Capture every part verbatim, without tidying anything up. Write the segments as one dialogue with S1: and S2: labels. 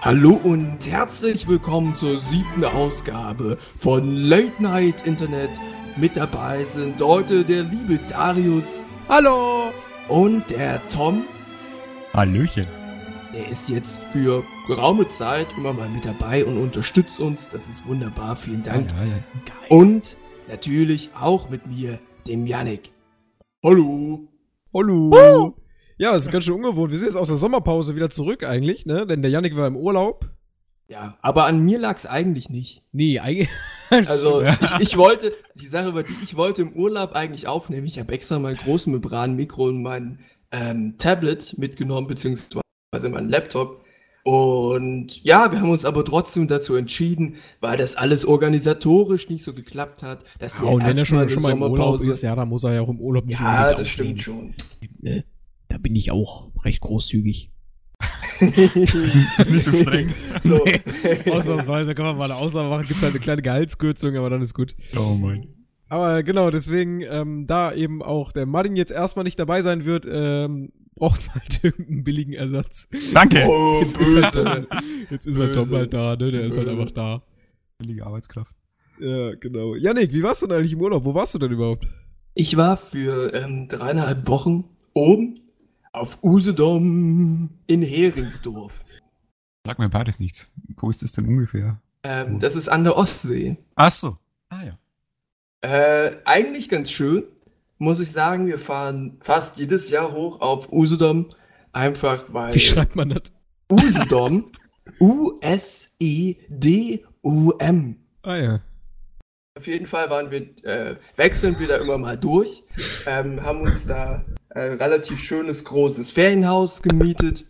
S1: Hallo und herzlich willkommen zur siebten Ausgabe von Late Night Internet. Mit dabei sind heute der liebe Darius.
S2: Hallo!
S1: Und der Tom.
S3: Hallöchen.
S1: Der ist jetzt für geraume Zeit immer mal mit dabei und unterstützt uns. Das ist wunderbar, vielen Dank.
S3: Ja, ja, ja.
S1: Und natürlich auch mit mir, dem Yannick. Hallo.
S2: Hallo! Uh. Ja, das ist ganz schön ungewohnt. Wir sind jetzt aus der Sommerpause wieder zurück eigentlich, ne? Denn der Yannick war im Urlaub.
S1: Ja, aber an mir lag's eigentlich nicht.
S2: Nee, eigentlich.
S1: Also, ich, ich wollte, die Sache war die, ich wollte im Urlaub eigentlich aufnehmen. Ich habe extra mein großen Membran-Mikro und mein ähm, Tablet mitgenommen, beziehungsweise mein Laptop. Und ja, wir haben uns aber trotzdem dazu entschieden, weil das alles organisatorisch nicht so geklappt hat, dass
S2: Ja, und wenn er schon, schon mal im Urlaub
S1: Sommerpause
S2: ist, ja, dann muss er ja auch im Urlaub nicht
S1: Ja,
S2: unbedingt
S1: das
S2: aufnehmen.
S1: stimmt schon.
S2: Ne? Da bin ich auch recht großzügig.
S3: Das ist nicht so streng.
S1: So.
S2: Ausnahmsweise kann man mal eine Ausnahme machen, gibt halt eine kleine Gehaltskürzung, aber dann ist gut.
S3: Oh mein.
S2: Aber genau, deswegen, ähm, da eben auch der Martin jetzt erstmal nicht dabei sein wird, ähm, braucht man halt irgendeinen billigen Ersatz.
S3: Danke.
S1: Oh,
S2: Jetzt ist halt
S1: böse.
S2: Tom, jetzt ist halt Tom
S1: Böse.
S2: halt da, ne? Der ist halt
S1: Böse.
S2: einfach da.
S3: Billige Arbeitskraft.
S2: Ja, genau. Yannick, wie warst du denn eigentlich im Urlaub? Wo warst du denn überhaupt?
S1: Ich war für ähm, dreieinhalb Wochen oben auf Usedom in Heringsdorf.
S3: Sag mir beides nichts. Wo ist das denn ungefähr?
S1: Ähm, das ist an der Ostsee.
S3: Ach so. Ah ja.
S1: Äh, eigentlich ganz schön, muss ich sagen. Wir fahren fast jedes Jahr hoch auf Usedom, einfach weil
S2: Wie schreibt man das?
S1: Usedom, U S E D O M.
S2: Ah ja.
S1: Auf jeden Fall waren wir, äh, wechseln wir da immer mal durch, ähm, haben uns da ein relativ schönes, großes Ferienhaus gemietet,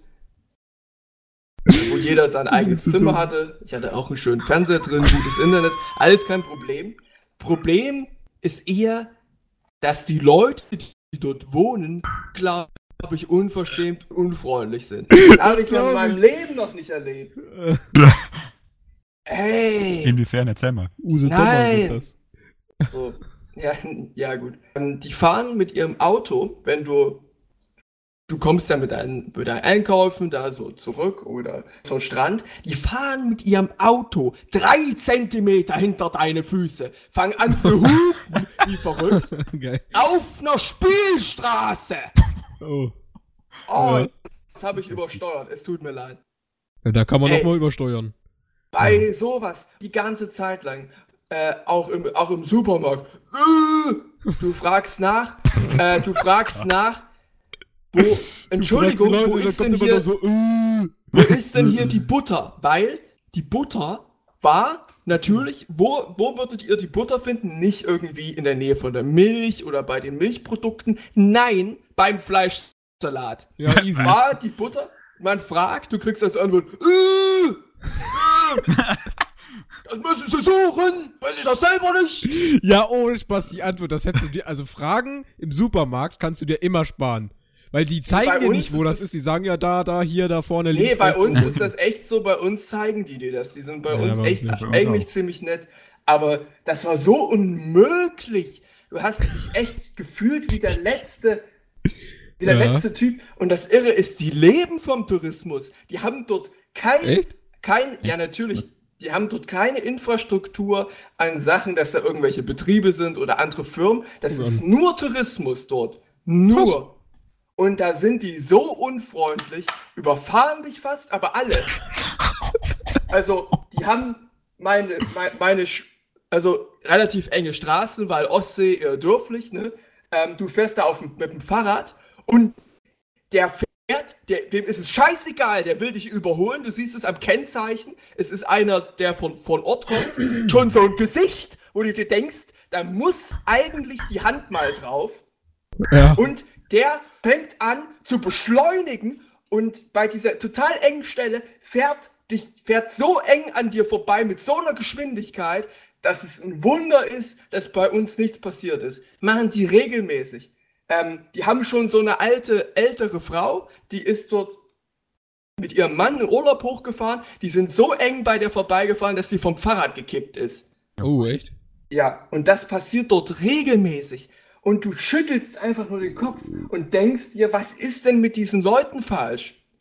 S1: wo jeder sein eigenes Zimmer hatte. Ich hatte auch einen schönen Fernseher drin, gutes Internet, alles kein Problem. Problem ist eher, dass die Leute, die dort wohnen, glaube ich, unverschämt unfreundlich sind. Das habe ich ja in meinem Leben noch nicht erlebt. Ey!
S3: Inwiefern, erzähl mal.
S2: Use
S1: Nein.
S2: sind das.
S1: So. Ja, ja, gut. Ähm, Die fahren mit ihrem Auto, wenn du, du kommst da mit deinen, mit deinen Einkäufen da so zurück oder zum Strand, die fahren mit ihrem Auto drei Zentimeter hinter deine Füße, fangen an zu hupen, wie verrückt,
S2: Geil.
S1: auf einer Spielstraße.
S2: Oh.
S1: Oh,
S2: Ja.
S1: das habe ich übersteuert, es tut mir leid.
S2: Ja, da kann man
S1: Ey.
S2: noch mal übersteuern.
S1: Bei sowas, die ganze Zeit lang, äh, auch im, auch im Supermarkt, äh, du fragst nach, äh, du fragst nach, wo, Entschuldigung,
S2: Du fragst die
S1: wo
S2: Leute,
S1: ist
S2: da
S1: denn
S2: kommt immer
S1: hier,
S2: nur so, äh.
S1: wo ist denn hier die Butter? Weil die Butter war natürlich, wo, wo würdet ihr die Butter finden? Nicht irgendwie in der Nähe von der Milch oder bei den Milchprodukten, nein, beim Fleischsalat.
S2: Ja, easy.
S1: War die Butter, man fragt, du kriegst als Antwort, äh, das müssen sie suchen, weiß ich das selber nicht.
S2: Ja, ohne Spaß, die Antwort, das hättest du dir, also Fragen im Supermarkt kannst du dir immer sparen. Weil die zeigen
S1: Bei
S2: dir
S1: uns
S2: nicht, wo
S1: ist
S2: das
S1: es-
S2: ist. Die sagen ja da, da, hier, da vorne,
S1: Nee,
S2: links,
S1: bei
S2: rechts.
S1: uns
S2: oben.
S1: ist das echt so, bei uns zeigen die dir das. Die sind bei
S2: Ja,
S1: uns
S2: bei uns
S1: echt
S2: nicht,
S3: bei uns
S1: eigentlich
S3: auch.
S1: ziemlich nett. Aber das war so unmöglich. Du hast dich echt gefühlt wie der letzte, wie der
S2: Ja.
S1: letzte Typ. Und das Irre ist, die leben vom Tourismus. Die haben dort kein,
S2: Echt?
S1: kein, ja natürlich, die haben dort keine Infrastruktur an Sachen, dass da irgendwelche Betriebe sind oder andere Firmen. Das
S2: Oh
S1: ist nur Tourismus dort. Nur.
S2: Krass.
S1: Und da sind die so unfreundlich, überfahren dich fast, aber alle. Also, die haben meine, meine, meine Sch- also relativ enge Straßen, weil Ostsee eher dörflich, ne? Ähm, du fährst da auf, dem- mit dem Fahrrad und der fährt, der, dem ist es scheißegal, der will dich überholen, du siehst es am Kennzeichen, es ist einer, der von, von Ort kommt, schon so ein Gesicht, wo du dir denkst, da muss eigentlich die Hand mal drauf.
S2: Ja.
S1: Und der fängt an zu beschleunigen und bei dieser total engen Stelle fährt dich, fährt so eng an dir vorbei mit so einer Geschwindigkeit, dass es ein Wunder ist, dass bei uns nichts passiert ist. Machen die regelmäßig. Ähm, die haben schon so eine alte, ältere Frau, die ist dort mit ihrem Mann in Urlaub hochgefahren. Die sind so eng bei der vorbeigefahren, dass sie vom Fahrrad gekippt ist.
S2: Oh, echt?
S1: Ja, und das passiert dort regelmäßig. Und du schüttelst einfach nur den Kopf und denkst dir, was ist denn mit diesen Leuten falsch?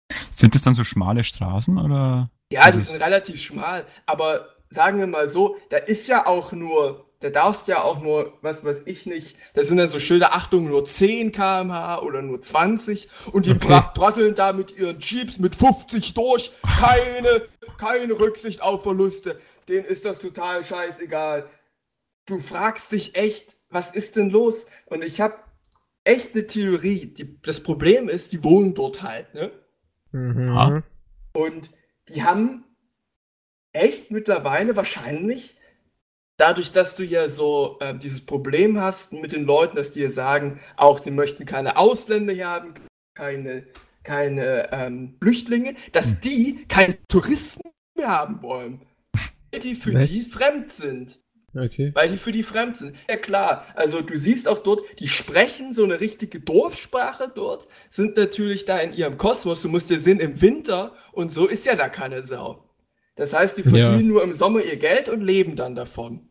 S3: Sind das dann so schmale Straßen oder?
S1: Ja, die
S3: ist
S1: sind
S3: es-
S1: relativ schmal, aber sagen wir mal so, da ist ja auch nur, da darfst ja auch nur, was weiß ich nicht, da sind dann so Schilder, Achtung, nur zehn Kilometer pro Stunde oder nur zwanzig und die
S2: Okay.
S1: bra- brasseln da mit ihren Jeeps mit fünfzig durch, keine, keine Rücksicht auf Verluste, denen ist das total scheißegal. Du fragst dich echt, was ist denn los? Und ich habe echt eine Theorie, die, das Problem ist, die wohnen dort halt, ne?
S2: Mhm.
S3: Ah.
S1: Und die haben echt mittlerweile wahrscheinlich, dadurch, dass du ja so ähm, dieses Problem hast mit den Leuten, dass die ja sagen, auch sie möchten keine Ausländer hier haben, keine, keine ähm, Flüchtlinge, dass die keine Touristen mehr haben wollen. Weil die für
S2: Was?
S1: die fremd sind.
S2: Okay.
S1: Weil die für die fremd sind. Ja klar, also du siehst auch dort, die sprechen so eine richtige Dorfsprache dort, sind natürlich da in ihrem Kosmos, du musst dir sehen, im Winter und so ist ja da keine Sau. Das heißt, die
S2: Ja.
S1: verdienen nur im Sommer ihr Geld und leben dann davon.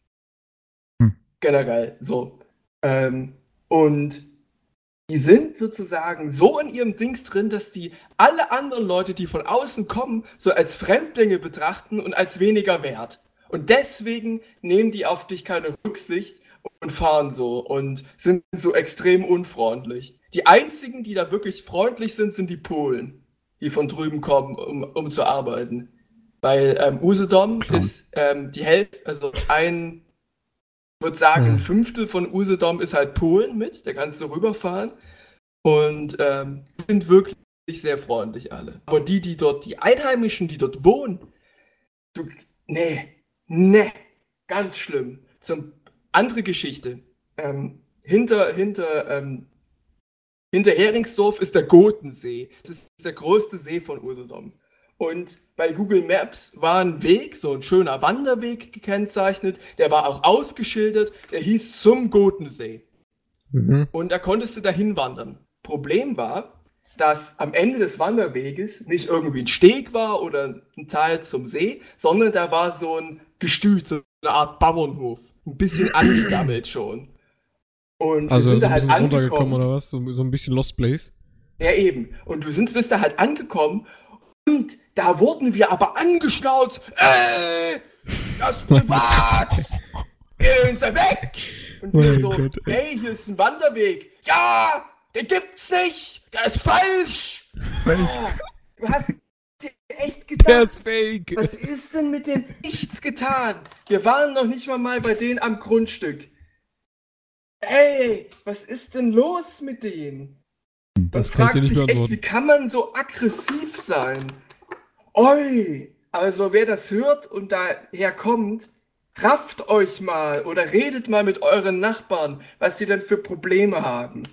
S3: Hm.
S1: Generell, so. Ähm, und die sind sozusagen so in ihrem Dings drin, dass die alle anderen Leute, die von außen kommen, so als Fremdlinge betrachten und als weniger wert. Und deswegen nehmen die auf dich keine Rücksicht und fahren so und sind so extrem unfreundlich. Die einzigen, die da wirklich freundlich sind, sind die Polen, die von drüben kommen, um, um zu arbeiten. Weil ähm, Usedom
S3: Klar.
S1: ist ähm, die Hälfte, also ein, ich würde sagen, ein
S2: Hm.
S1: Fünftel von Usedom ist halt Polen mit, da kannst du rüberfahren. Und ähm, sind wirklich sehr freundlich alle. Aber die, die dort, die Einheimischen, die dort wohnen, du, nee, nee, ganz schlimm. Zum, andere Geschichte. Ähm, hinter, hinter, ähm, hinter Heringsdorf ist der Gotensee. Das ist der größte See von Usedom. Und bei Google Maps war ein Weg, so ein schöner Wanderweg gekennzeichnet, der war auch ausgeschildert, der hieß zum Gotensee.
S2: Mhm.
S1: Und da konntest du dahin wandern. Problem war, dass am Ende des Wanderweges nicht irgendwie ein Steg war oder ein Teil zum See, sondern da war so ein Gestüt, so eine Art Bauernhof. Ein bisschen angegammelt schon. Und wir
S2: Also
S1: sind
S2: so
S1: da
S2: ein bisschen
S1: halt
S2: runtergekommen
S1: angekommen.
S2: oder was? So, so ein bisschen Lost Place.
S1: Ja, eben. Und du sind, bist da halt angekommen und da wurden wir aber angeschnauzt. Ey, das ist privat! Gehen Sie weg! Und wir
S2: Mein
S1: so,
S2: Gott, ey.
S1: ey, hier ist ein Wanderweg. Ja, den gibt's nicht. Der ist falsch. Ja, du hast dir echt
S2: Der
S1: gedacht,
S2: ist fake.
S1: was ist denn mit dem nichts getan? Wir waren noch nicht mal mal bei denen am Grundstück. Ey, was ist denn los mit denen?
S2: Das
S1: Man
S2: kann ich
S1: fragt
S2: dir nicht
S1: sich echt,
S2: beantworten.
S1: wie kann man so aggressiv sein? Oi! Also wer das hört und daher kommt, rafft euch mal oder redet mal mit euren Nachbarn, was sie denn für Probleme haben.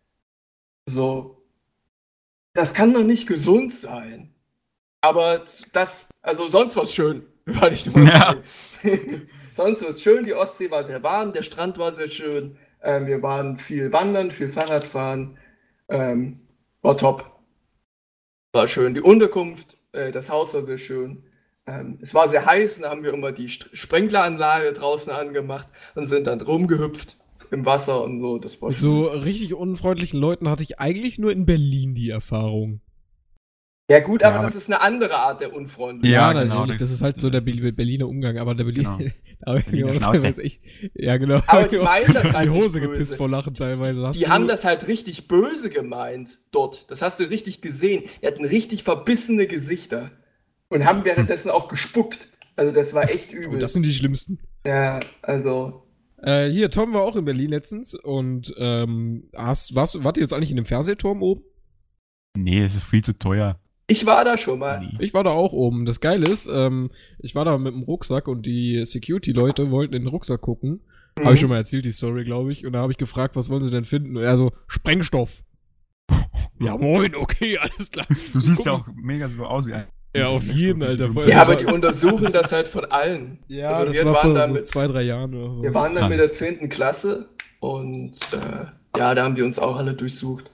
S1: So. Das kann doch nicht gesund sein. Aber das, also sonst was schön, war nicht nur
S3: Ja.
S1: Sonst was schön, die Ostsee war sehr warm, der Strand war sehr schön, ähm, wir waren viel wandern, viel Fahrradfahren, ähm, war top. War schön, die Unterkunft, äh, das Haus war sehr schön. Ähm, es war sehr heiß, da haben wir immer die St- Sprinkleranlage draußen angemacht und sind dann rumgehüpft im Wasser und so, das war
S2: Mit
S1: schön.
S2: so richtig unfreundlichen Leuten hatte ich eigentlich nur in Berlin die Erfahrung.
S1: Ja gut,
S3: Ja,
S1: aber
S3: aber-
S1: das ist eine andere Art der Unfreundlichkeit.
S3: Ja,
S2: natürlich,
S3: genau,
S2: das,
S3: das-
S2: ist halt so der
S3: das
S2: Berli-
S3: ist-
S2: Berliner Umgang, aber der Berlin,
S3: Genau.
S2: da hab ich mir
S3: Berliner
S2: auch
S3: Schnauze.
S2: teilweise echt, ja genau,
S1: Aber die meinen das halt
S2: die
S1: nicht
S2: Hose
S1: böse.
S2: gepisst vor Lachen teilweise. Hast
S1: Die
S2: du-
S1: haben das halt richtig böse gemeint dort. Das hast du richtig gesehen. Die hatten richtig verbissene Gesichter. Und haben währenddessen auch gespuckt. Also das war echt
S2: Oh,
S1: übel.
S2: das sind die schlimmsten.
S1: Ja, also.
S2: Äh, hier, Tom war auch in Berlin letztens und ähm, hast, warst, wart ihr jetzt eigentlich in dem Fernsehturm oben?
S3: Nee, es ist viel zu teuer.
S1: Ich war da schon mal.
S3: Nee.
S2: Ich war da auch oben. Das Geile ist, ähm, ich war da mit dem Rucksack und die Security-Leute wollten in den Rucksack gucken.
S1: Mhm.
S2: Habe ich schon mal erzählt, die Story, glaube ich. Und da habe ich gefragt, was wollen sie denn finden? Und er so, Sprengstoff. Ja, moin, okay, alles klar.
S3: Du siehst ja
S2: Gucken
S3: auch mega so aus wie ein.
S2: Ja, auf jeden, Alter. Voll-
S1: Ja,
S2: Das
S1: aber
S2: war-
S1: die untersuchen das halt von allen.
S2: Ja,
S1: Also
S2: das
S1: wir
S2: war
S1: waren
S2: vor
S1: da
S2: so
S1: mit-
S2: zwei, drei Jahren oder so.
S1: Wir waren dann mit der
S3: Alles.
S1: zehnten Klasse und äh, ja, da haben die uns auch alle durchsucht.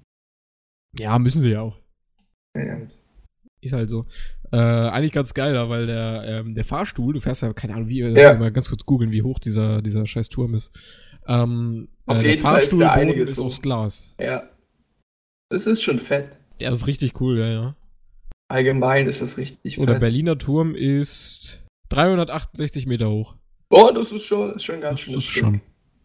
S2: Ja, müssen sie ja auch.
S1: Ja, ja.
S2: Ist halt so. Äh, eigentlich ganz geil, da, weil der, ähm, der Fahrstuhl, du fährst ja, keine Ahnung, wie,
S1: Ja.
S2: mal ganz kurz googeln, wie hoch dieser, dieser scheiß Turm ist. Ähm,
S1: Auf
S2: äh,
S1: jeden Fall ist da
S2: Fahrstuhlboden
S1: einiges
S2: ist
S1: so.
S2: aus Glas.
S1: Ja. Das ist schon fett.
S2: Ja, das ist richtig cool, ja, ja.
S1: Allgemein ist das richtig
S2: Und der
S1: fett.
S2: Berliner Turm ist dreihundertachtundsechzig Meter hoch.
S1: Oh, das ist schon, ist schon ganz schön.
S3: Das ist schon.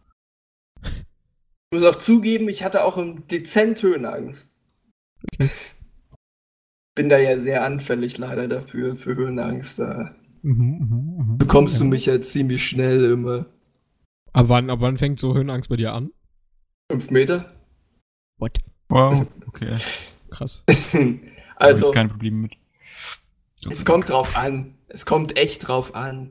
S1: Ich muss auch zugeben, ich hatte auch einen dezent Höhenangst.
S2: Okay.
S1: Bin da ja sehr anfällig leider dafür, für Höhenangst. Da
S2: Mhm, mhm, mhm.
S1: bekommst
S2: ja.
S1: du mich ja ziemlich schnell immer.
S2: Ab wann, ab wann fängt so Höhenangst bei dir an?
S1: Fünf Meter?
S2: What?
S3: Wow, okay.
S2: Krass.
S1: Also,
S3: jetzt keine Probleme mit.
S1: es kommt drauf an. Es kommt echt drauf an.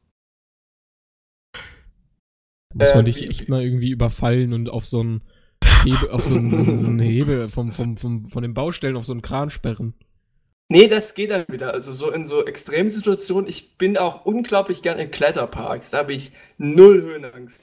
S2: Da muss man
S1: Ähm,
S2: dich
S1: wie-
S2: echt mal irgendwie überfallen und auf so einen Hebe, auf so einen, so einen Hebel vom, vom, vom, von den Baustellen auf so einen Kran sperren.
S1: Nee, das geht dann wieder. Also so in so Extremsituationen. Ich bin auch unglaublich gerne in Kletterparks. Da habe ich null Höhenangst.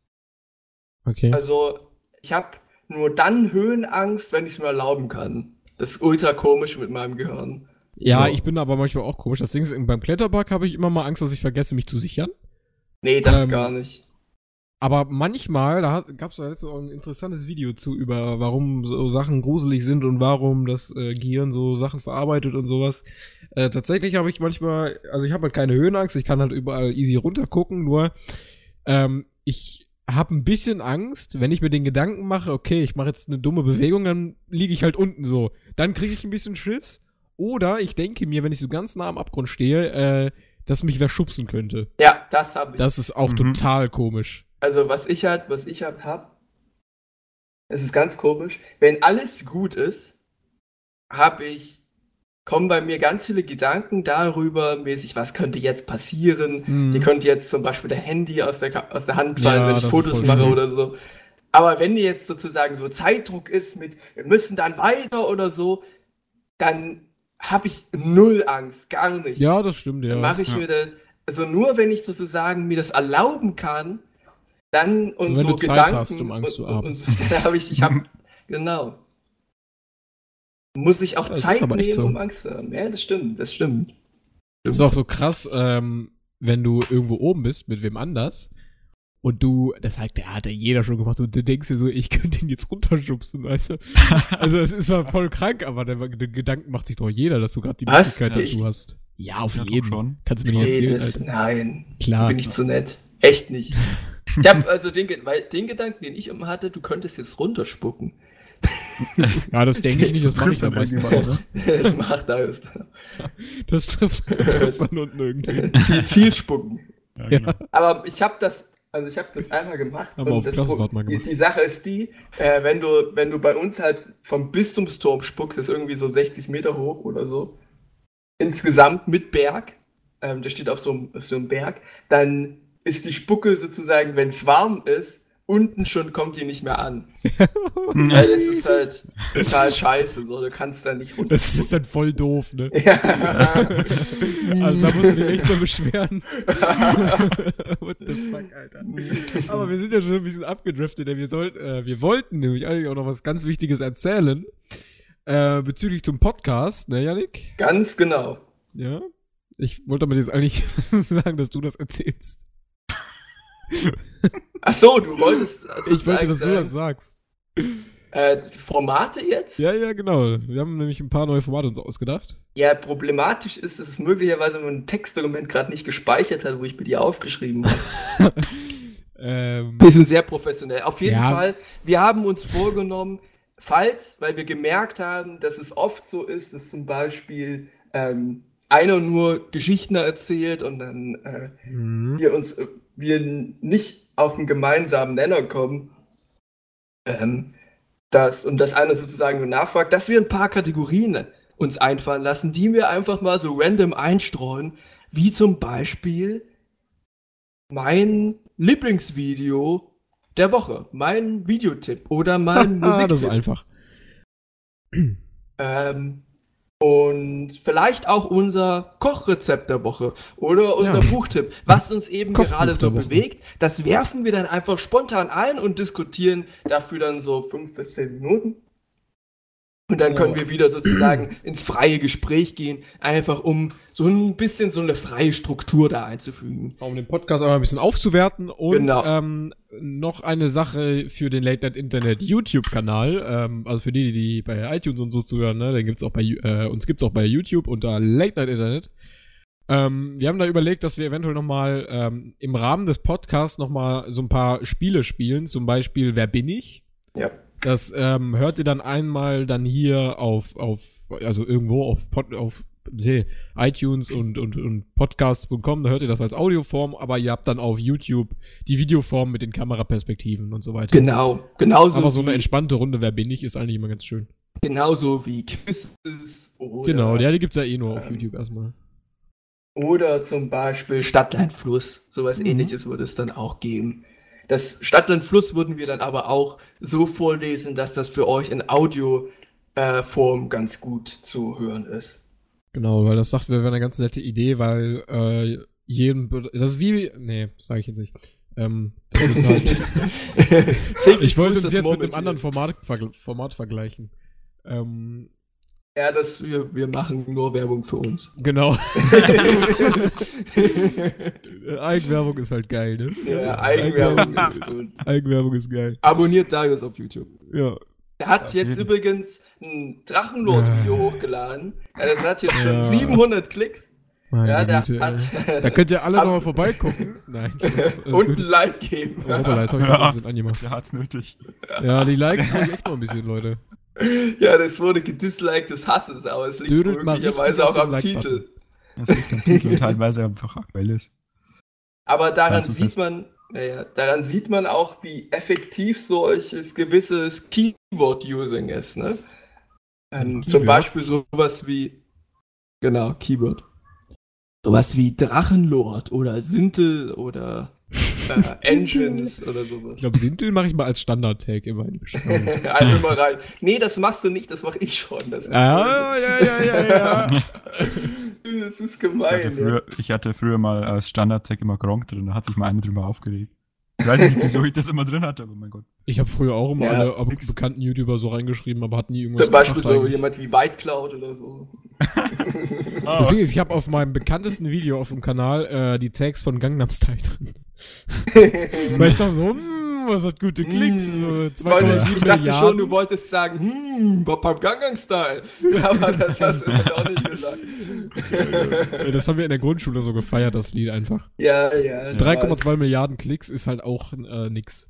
S2: Okay.
S1: Also ich habe nur dann Höhenangst, wenn ich es mir erlauben kann. Das ist ultra komisch mit meinem Gehirn.
S2: Ja,
S1: so.
S2: ich bin aber manchmal auch komisch. Das Ding ist, beim Kletterpark habe ich immer mal Angst, dass ich vergesse, mich zu sichern.
S1: Nee, das
S2: Ähm,
S1: gar nicht.
S2: Aber manchmal, da gab es da letztens auch ein interessantes Video zu, über warum so Sachen gruselig sind und warum das äh, Gehirn so Sachen verarbeitet und sowas. Äh, tatsächlich habe ich manchmal, also ich habe halt keine Höhenangst, ich kann halt überall easy runtergucken, nur ähm, ich habe ein bisschen Angst, wenn ich mir den Gedanken mache, okay, ich mache jetzt eine dumme Bewegung, dann liege ich halt unten so. Dann kriege ich ein bisschen Schiss. Oder ich denke mir, wenn ich so ganz nah am Abgrund stehe, äh, dass mich wer schubsen könnte.
S1: Ja, das habe ich.
S2: Das ist auch
S3: Mhm.
S2: total komisch.
S1: Also was ich halt, was ich halt hab, es ist ganz komisch, wenn alles gut ist, habe ich, kommen bei mir ganz viele Gedanken darüber, mäßig, was könnte jetzt passieren.
S2: Mhm.
S1: Dir könnte jetzt zum Beispiel der Handy aus der, Ka- aus der Hand fallen,
S2: Ja,
S1: wenn ich
S2: das ist
S1: Fotos
S2: voll
S1: mache
S2: schlimm.
S1: oder so. Aber wenn dir jetzt sozusagen so Zeitdruck ist mit, wir müssen dann weiter oder so, dann habe ich null Angst, gar nicht.
S2: Ja, das stimmt, ja.
S1: Dann mache ich
S3: Ja.
S1: mir da, also nur wenn ich sozusagen mir das erlauben kann, dann und
S2: Und wenn
S1: so
S2: du Zeit
S1: Gedanken
S2: hast, um Angst
S1: und,
S2: zu haben.
S1: Und, und so, dann habe ich, ich habe, genau. Muss ich auch
S2: Das ist
S1: Zeit
S2: aber echt
S1: nehmen,
S2: so.
S1: um Angst zu haben. Ja, das stimmt, das stimmt.
S2: Das ist auch so krass, ähm, wenn du irgendwo oben bist mit wem anders und du, das hat, der hat ja jeder schon gemacht und du denkst dir so, ich könnte ihn jetzt runterschubsen, weißt du? Also es ist zwar voll krank, aber der, der Gedanken macht sich doch jeder, dass du gerade die
S1: Was?
S2: Möglichkeit
S1: Echt?
S2: dazu hast. Ja, auf
S3: Ja, doch
S2: jeden.
S3: schon.
S2: Kannst du mir nicht
S1: Nee,
S2: erzählen,
S1: das,
S2: Alter.
S1: nein,
S2: Klar.
S1: bin ich zu nett. Echt nicht. Ich habe also den, Ge- weil den Gedanken, den ich immer hatte, du könntest jetzt runterspucken.
S2: Ja, das denke ich nicht, das
S3: Das
S2: mache ich
S3: trifft
S2: dann
S3: dann
S2: meistens
S3: irgendwann,
S2: mal, ne?
S1: Das macht alles.
S2: Das trifft, das trifft dann unten irgendwie.
S1: Ziel, Zielspucken.
S3: Ja,
S2: Ja.
S3: genau.
S1: Aber ich habe das, also ich habe das einmal gemacht.
S2: Haben wir auf
S1: das
S2: Klassenfahrt
S1: Pro-
S2: mal
S1: die,
S2: gemacht.
S1: die Sache ist die, äh, wenn du, wenn du bei uns halt vom Bistumsturm spuckst, ist irgendwie so sechzig Meter hoch oder so. Insgesamt mit Berg, ähm, der steht auf so, einem, auf so einem Berg, dann ist die Spucke sozusagen, wenn es warm ist, unten schon kommt die nicht mehr an. Weil das ist halt total scheiße, so, du kannst da nicht runter.
S2: Das ist dann voll doof, ne?
S1: Ja.
S2: Also da musst du dich echt mal beschweren. What the fuck, Alter. Aber wir sind ja schon ein bisschen abgedriftet, denn wir sollten, äh, wir wollten nämlich eigentlich auch noch was ganz Wichtiges erzählen. Äh, bezüglich zum Podcast, ne, Yannick?
S1: Ganz genau.
S2: Ja. Ich wollte aber jetzt eigentlich sagen, dass du das erzählst.
S1: Ach so, du wolltest. Also
S2: Ich wollte, dass du
S1: sagen,
S2: das sagst.
S1: Äh, Formate jetzt?
S2: Ja, ja, genau. Wir haben nämlich ein paar neue Formate uns ausgedacht.
S1: Ja, problematisch ist, dass es möglicherweise mein Textdokument gerade nicht gespeichert hat, wo ich mir die aufgeschrieben habe.
S2: Ähm,
S1: Wir sind sehr professionell. Auf jeden
S2: Ja.
S1: Fall, wir haben uns vorgenommen, falls, weil wir gemerkt haben, dass es oft so ist, dass zum Beispiel ähm, einer nur Geschichten erzählt und dann äh,
S2: mhm.
S1: wir uns äh, wir nicht auf einen gemeinsamen Nenner kommen, ähm, das, und das einer sozusagen nur nachfragt, dass wir ein paar Kategorien uns einfallen lassen, die wir einfach mal so random einstreuen, wie zum Beispiel mein Lieblingsvideo der Woche, mein Videotipp oder mein
S2: Ah, das ist
S1: Musiktipp.
S2: einfach.
S1: Ähm, und vielleicht auch unser Kochrezept der Woche oder unser
S2: Ja.
S1: Buchtipp, was uns eben
S2: Kochbuch
S1: gerade so
S2: der Woche.
S1: bewegt. Das werfen wir dann einfach spontan ein und diskutieren dafür dann so fünf bis zehn Minuten. Und dann
S2: Oh.
S1: können wir wieder sozusagen ins freie Gespräch gehen, einfach um so ein bisschen so eine freie Struktur da einzufügen.
S2: Um den Podcast auch mal ein bisschen aufzuwerten und
S1: Genau.
S2: ähm, noch eine Sache für den Late Night Internet YouTube-Kanal, ähm, also für die, die bei iTunes und so zuhören, ne, den gibt's auch bei, äh, uns gibt's auch bei YouTube unter Late Night Internet. Ähm, wir haben da überlegt, dass wir eventuell nochmal ähm, im Rahmen des Podcasts nochmal so ein paar Spiele spielen, zum Beispiel Wer bin ich?
S1: Ja.
S2: Das ähm, hört ihr dann einmal dann hier auf, auf also irgendwo auf, Pod, auf nee, iTunes und, und, und Podcasts punkt com, da hört ihr das als Audioform, aber ihr habt dann auf YouTube die Videoform mit den Kameraperspektiven und so weiter.
S1: Genau, genauso
S2: Aber so
S1: wie,
S2: eine entspannte Runde, wer bin ich, ist eigentlich immer ganz schön.
S1: genauso wie Quizzes oder,
S2: Genau, ja, die gibt's ja eh nur auf
S1: ähm,
S2: YouTube erstmal.
S1: oder zum Beispiel Stadtlandfluss. Sowas
S2: Mhm.
S1: Ähnliches würde es dann auch geben. Das Stadtlandfluss würden wir dann aber auch so vorlesen, dass das für euch in Audioform äh, Form ganz gut zu hören ist.
S2: Genau, weil das sagt, wäre eine ganz nette Idee, weil äh, jedem, das ist wie, nee, das sage ich jetzt nicht. Ähm, das ist halt,
S1: Täglich
S2: ich wollte
S1: grüßt
S2: uns
S1: das
S2: jetzt mit einem
S1: Murmeltier.
S2: anderen Format, vergl- Format vergleichen. Ähm,
S1: Ja, das, wir, wir machen nur Werbung für uns.
S2: genau. Eigenwerbung ist halt geil, ne?
S1: Ja, Eigenwerbung ist gut.
S2: Eigenwerbung ist geil.
S1: Abonniert Darius auf YouTube.
S2: Ja.
S1: Er hat
S3: Auf
S1: jetzt
S3: jeden.
S1: übrigens ein Drachenlord-Video hochgeladen. Ja, das hat jetzt schon
S2: Ja.
S1: siebenhundert Klicks.
S2: Meine
S1: Ja, der
S2: Güte,
S1: hat
S2: ey. Da könnt ihr alle
S1: Ab-
S2: noch mal vorbeigucken. Nein, Spaß, alles
S1: und ein
S2: gut.
S1: Like geben.
S2: Oh, hoppala, jetzt hab ich das ein bisschen angemacht.
S3: Der hat's nötig.
S2: Ja, die Likes brauche ich echt noch ein bisschen, Leute.
S1: Ja, das wurde gedisliked des Hasses, aber es liegt
S2: Dödelt mal
S1: möglicherweise
S2: richtig
S1: auch
S2: auf den
S1: am
S2: Like-Button.
S1: Titel.
S3: Das liegt am Titel und teilweise einfach aktuell ist.
S1: Aber daran
S3: Ganz so
S1: sieht
S3: fest.
S1: man, naja, daran sieht man auch, wie effektiv solches gewisses Keyword-Using ist, ne? Ähm, zum
S2: Keywords?
S1: Beispiel sowas wie, genau, Keyword. Sowas wie Drachenlord oder Sintel oder äh, Engines oder
S2: Ich
S1: sowas.
S2: glaube, Sintel mache ich mal als Standard-Tag immer in die Beschreibung.
S1: Einfach mal rein. Nee, das machst du nicht, das mach ich schon. Das ist,
S2: Ja, ja, ja, ja, ja.
S1: böse. Das ist
S3: Ich
S1: gemein.
S3: hatte,
S1: Ja.
S3: früher, ich hatte früher mal als Standard-Tag immer Gronk drin, da hat sich mal einer drüber aufgeregt. Ich weiß nicht, wieso ich das immer drin hatte, aber mein Gott.
S2: Ich habe früher auch immer
S1: Ja,
S2: alle ab-
S3: nix.
S2: bekannten YouTuber so reingeschrieben, aber hat nie irgendwas
S1: Zum Beispiel
S2: gemacht
S1: so
S2: eigentlich.
S1: jemand wie White Cloud oder so.
S2: Das Ding ist, ich habe auf meinem bekanntesten Video auf dem Kanal äh, die Tags von Gangnam Style drin. Weil ich dachte so, hm, was hat gute Klicks? So
S1: Hm. Ich, wollte,
S2: zwei Komma sieben
S1: ich dachte
S2: Milliarden.
S1: schon, du wolltest sagen, hm, Bob Gangnam Style. Aber das hast du dann auch nicht gesagt.
S2: Äh, Das haben wir in der Grundschule so gefeiert, das Lied einfach.
S1: Ja, ja.
S2: drei Komma zwei Milliarden Klicks ist halt auch äh, nix.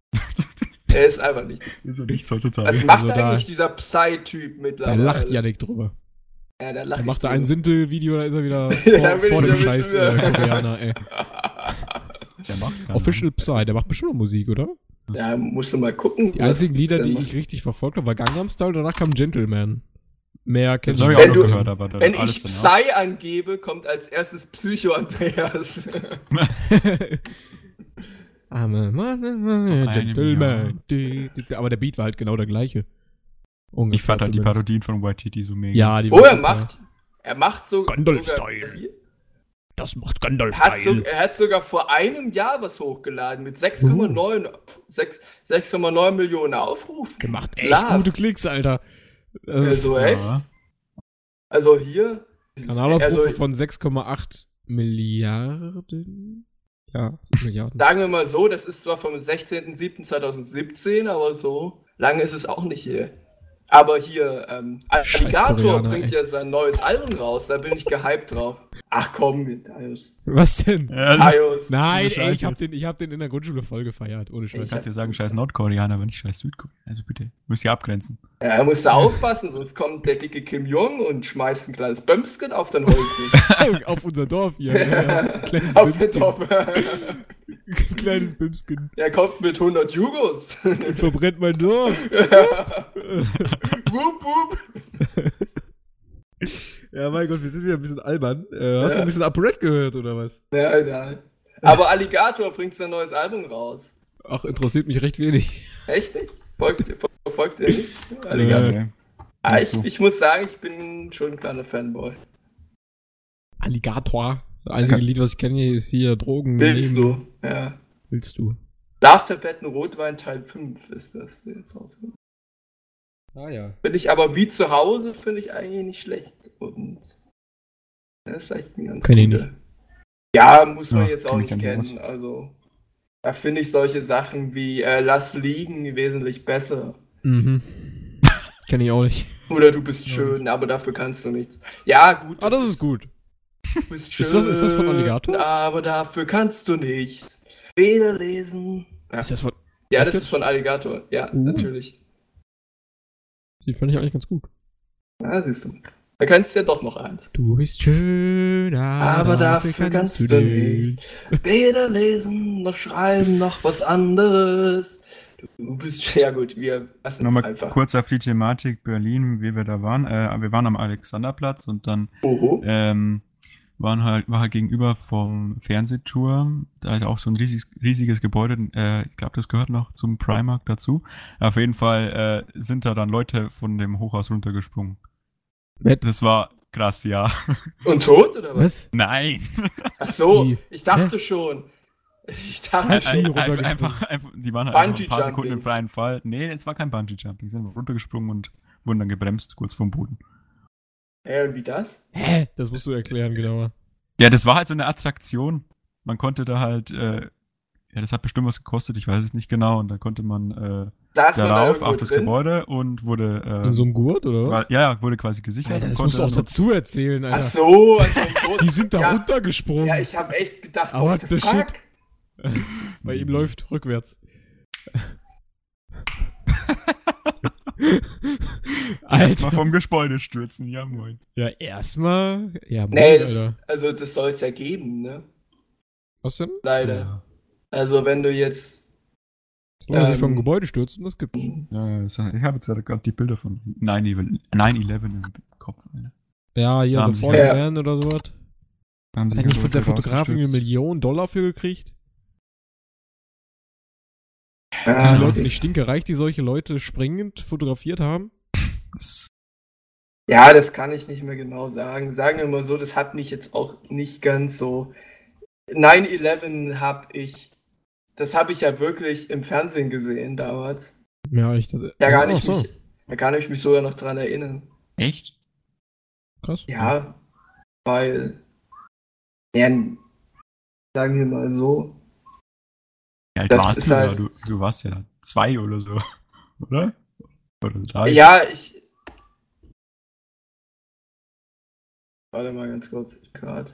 S1: Er ist einfach nicht.
S3: Ist so nichts heutzutage.
S1: Was macht
S2: Also da-
S1: eigentlich dieser Psy-Typ
S2: Da
S1: mittlerweile?
S2: lacht Yannick drüber.
S1: Ja, da
S2: Da
S1: lacht
S2: macht er ein Sintel-Video, da ist er wieder
S1: Ja,
S2: vor,
S1: bin
S2: vor
S1: ich
S2: dem
S1: ja
S2: Scheiß
S1: wieder.
S2: äh, Koreaner, ey.
S3: Der macht keinen.
S2: Official Psy, der macht bestimmt noch Musik, oder?
S1: Ja, musst du mal gucken.
S2: Die einzigen
S1: was
S2: Lieder,
S1: der
S2: die
S1: macht.
S2: ich richtig verfolgt habe, war Gangnam Style, danach kam Gentleman. Mehr kenn
S3: Das habe ich
S1: Wenn
S3: auch noch
S1: du-
S3: gehört, aber dann
S1: Wenn
S3: alles
S1: ich
S3: danach.
S1: Psy angebe, kommt als erstes Psycho Andreas.
S2: I'm a
S3: einem
S2: Gentleman. Die- die- Aber der Beat war halt genau der gleiche. Ungefähr
S3: Ich fand halt die
S2: zumindest.
S3: Parodien von White Titty so mega.
S2: Ja, die
S1: Oh,
S2: waren
S1: er
S2: super.
S1: macht, er macht so,
S2: Gandalf
S1: sogar,
S2: Style. Das macht Gandalf
S1: er hat, so,
S2: geil.
S1: er hat sogar vor einem Jahr was hochgeladen mit sechs Komma neun sechs sechs Komma neun Millionen Aufrufen.
S2: Der macht echt
S1: Love.
S2: gute Klicks, Alter. Das ist
S1: Also echt?
S3: Ja.
S1: Also hier. dieses-
S2: Kanalaufrufe
S1: also,
S2: von sechs Komma acht Milliarden. Ja, sechs Milliarden.
S1: sagen wir mal so, das ist zwar vom sechzehnten siebten zweitausendsiebzehn, aber so lange ist es auch nicht hier. Aber hier, ähm,
S2: Scheiß
S1: Alligator
S2: Koreaner,
S1: bringt
S2: ey.
S1: ja sein neues Album raus, da bin ich gehypt drauf. Ach komm, Darius.
S2: Was denn?
S3: Ja, also,
S1: Darius.
S2: Nein,
S3: Diese
S2: ey, ich
S3: Scheiße
S2: hab
S3: jetzt.
S2: den, ich hab den in der Grundschule voll gefeiert, ohne
S3: du
S2: Scheiß.
S3: kannst ja sagen, scheiß Nordkoreaner, aber nicht scheiß Südkoreaner. Also bitte, müsst ihr abgrenzen.
S1: Ja, er musste aufpassen, sonst kommt der dicke Kim Jong und schmeißt ein kleines Bömsken auf den Häuschen.
S2: Auf unser Dorf hier. Ja, ja. Kleines
S1: auf den
S2: Bimskin.
S1: Top.
S2: Kleines Bimskin.
S1: Er kommt mit hundert Jugos.
S2: Und verbrennt mein Dorf.
S1: wup, wup.
S2: Ja, mein Gott, wir sind wieder ein bisschen albern. Äh, hast du ein bisschen ApoRed gehört, oder was?
S1: Ja, ja. Aber Alligator bringt sein neues Album raus.
S2: Ach, interessiert mich recht wenig.
S1: Echt nicht? Folgt, folgt ihr nicht? Alligator.
S2: Äh,
S3: Okay.
S1: Ah, ich,
S3: so.
S1: ich muss sagen, ich bin schon ein kleiner Fanboy.
S2: Alligator. Das einzige Lied, was ich kenne, ist hier Drogen.
S1: Willst
S2: nehmen.
S1: du? Ja.
S2: Willst du?
S1: Schlaftabletten Rotwein Teil fünf ist das jetzt rausgekommen.
S2: Ah ja.
S1: Finde ich aber wie zu Hause, finde ich eigentlich nicht schlecht. Und das ist echt ein ganz
S2: Kenn ich
S1: guter. Ja, muss man
S3: Ja,
S1: jetzt
S3: kenn
S1: auch
S3: ich
S1: nicht
S3: ja
S1: kennen.
S3: nicht aus.
S1: Also, da finde ich solche Sachen wie äh, Lass liegen wesentlich besser.
S2: Mhm. Kenn ich auch nicht.
S1: Oder du bist
S2: Ja.
S1: schön, aber dafür kannst du nichts. Ja, gut.
S2: Ah, das ist gut.
S1: Du bist schön,
S2: Ist das- ist das von Alligator?
S1: aber dafür kannst du nichts. Weder lesen. Ja,
S2: Ist das von.
S1: ja
S2: Echt
S1: das
S2: jetzt?
S1: ist von Alligator. Ja,
S2: Uh.
S1: natürlich.
S2: Die fand ich eigentlich ganz gut.
S1: Ja, siehst du. Da kannst du ja doch noch eins.
S2: Du bist schön,
S1: Aber dafür kannst du nicht. Weder lesen, noch schreiben, noch was anderes. Du bist, ja gut, wir lassen es
S3: Nochmal
S1: einfach.
S3: kurz auf die Thematik Berlin, wie wir da waren. Äh, wir waren am Alexanderplatz und dann
S1: Oho.
S3: ähm, waren halt, war halt gegenüber vom Fernsehturm, da ist auch so ein riesiges, riesiges Gebäude, äh, ich glaube, das gehört noch zum Primark dazu. Auf jeden Fall äh, sind da dann Leute von dem Hochhaus runtergesprungen.
S2: Matt?
S3: Das war krass, ja.
S1: Und tot, oder was?
S2: Was?
S3: Nein!
S1: Ach so,
S2: Wie?
S1: ich dachte schon. Ich dachte
S2: Was?
S1: schon.
S2: Wie
S3: Ein- ein-
S2: runtergesprungen?
S3: einfach, einfach, die waren halt einfach ein paar Sekunden
S1: Bungee-Jumping.
S3: im freien Fall. Nee, es war kein Bungee-Jumping. Sie sind runtergesprungen und wurden dann gebremst, kurz vom Boden.
S1: Ja, und wie das?
S2: Hä? Das musst du erklären, genauer.
S3: Ja, das war halt so eine Attraktion. Man konnte da halt, äh, ja, das hat bestimmt was gekostet, ich weiß es nicht genau. Und dann konnte man äh,
S1: Saß man da
S3: darauf,
S1: irgendwo
S3: auf das
S1: drin?
S3: Gebäude und wurde, äh,
S2: In so einem Gurt, oder?
S3: war, ja, ja, wurde quasi gesichert.
S2: Alter,
S3: und
S2: das
S3: konnte
S2: musst du auch
S3: dann-
S2: dazu erzählen, Alter.
S1: Ach so, also tot.
S2: Die sind da
S1: ja,
S2: runtergesprungen.
S1: Ja, ich habe echt gedacht,
S2: Aber
S1: what the
S2: the
S1: fuck?
S2: shit. Bei ihm läuft rückwärts.
S3: Erstmal
S2: Alter.
S3: vom Gebäude stürzen, ja moin.
S2: Ja, erstmal. Ja, moin,
S1: Nee,
S2: Alter.
S1: das, also das soll es ja geben, ne?
S2: Was denn?
S1: Leider.
S3: Ja,
S1: Also wenn du jetzt.
S2: Soll er sich
S1: Ähm,
S2: vom Gebäude stürzen? Das gibt's.
S3: ja, das, ich habe jetzt gerade die Bilder von nine eleven im Kopf. Alter.
S2: Ja, hier,
S3: Da haben
S2: The
S3: sie-
S2: Fallen
S1: Ja.
S2: Man oder sowas.
S3: Da haben
S2: Hat
S3: sich
S2: da nicht
S3: Leute
S2: der Fotograf irgendwie eine
S3: rausgestürzt.
S2: Million Dollar für gekriegt?
S1: Ja,
S2: die
S1: das
S2: Leute
S1: ist-
S2: nicht stinkereich, die solche Leute springend fotografiert haben?
S3: Das-
S1: Ja, das kann ich nicht mehr genau sagen. Sagen wir mal so, das hat mich jetzt auch nicht ganz so. nine eleven habe ich. Das habe ich ja wirklich im Fernsehen gesehen damals.
S2: Ja, ich dachte.
S1: Da kann,
S2: Ach
S1: ich
S2: so.
S1: mich, da kann ich mich sogar noch dran erinnern.
S3: Echt?
S2: Krass.
S1: Ja, weil. Ja, sagen wir mal so.
S3: Ja, alt
S1: Das
S3: warst
S1: ist
S3: du,
S1: halt-
S3: da? du, du warst ja zwei oder so, oder? Oder drei?
S1: Ja, ich. Warte mal ganz kurz, gerade.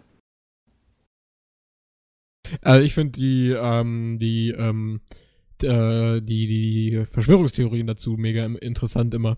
S2: Also ich finde die, ähm, die, ähm, d- äh, die, die Verschwörungstheorien dazu mega im- interessant immer.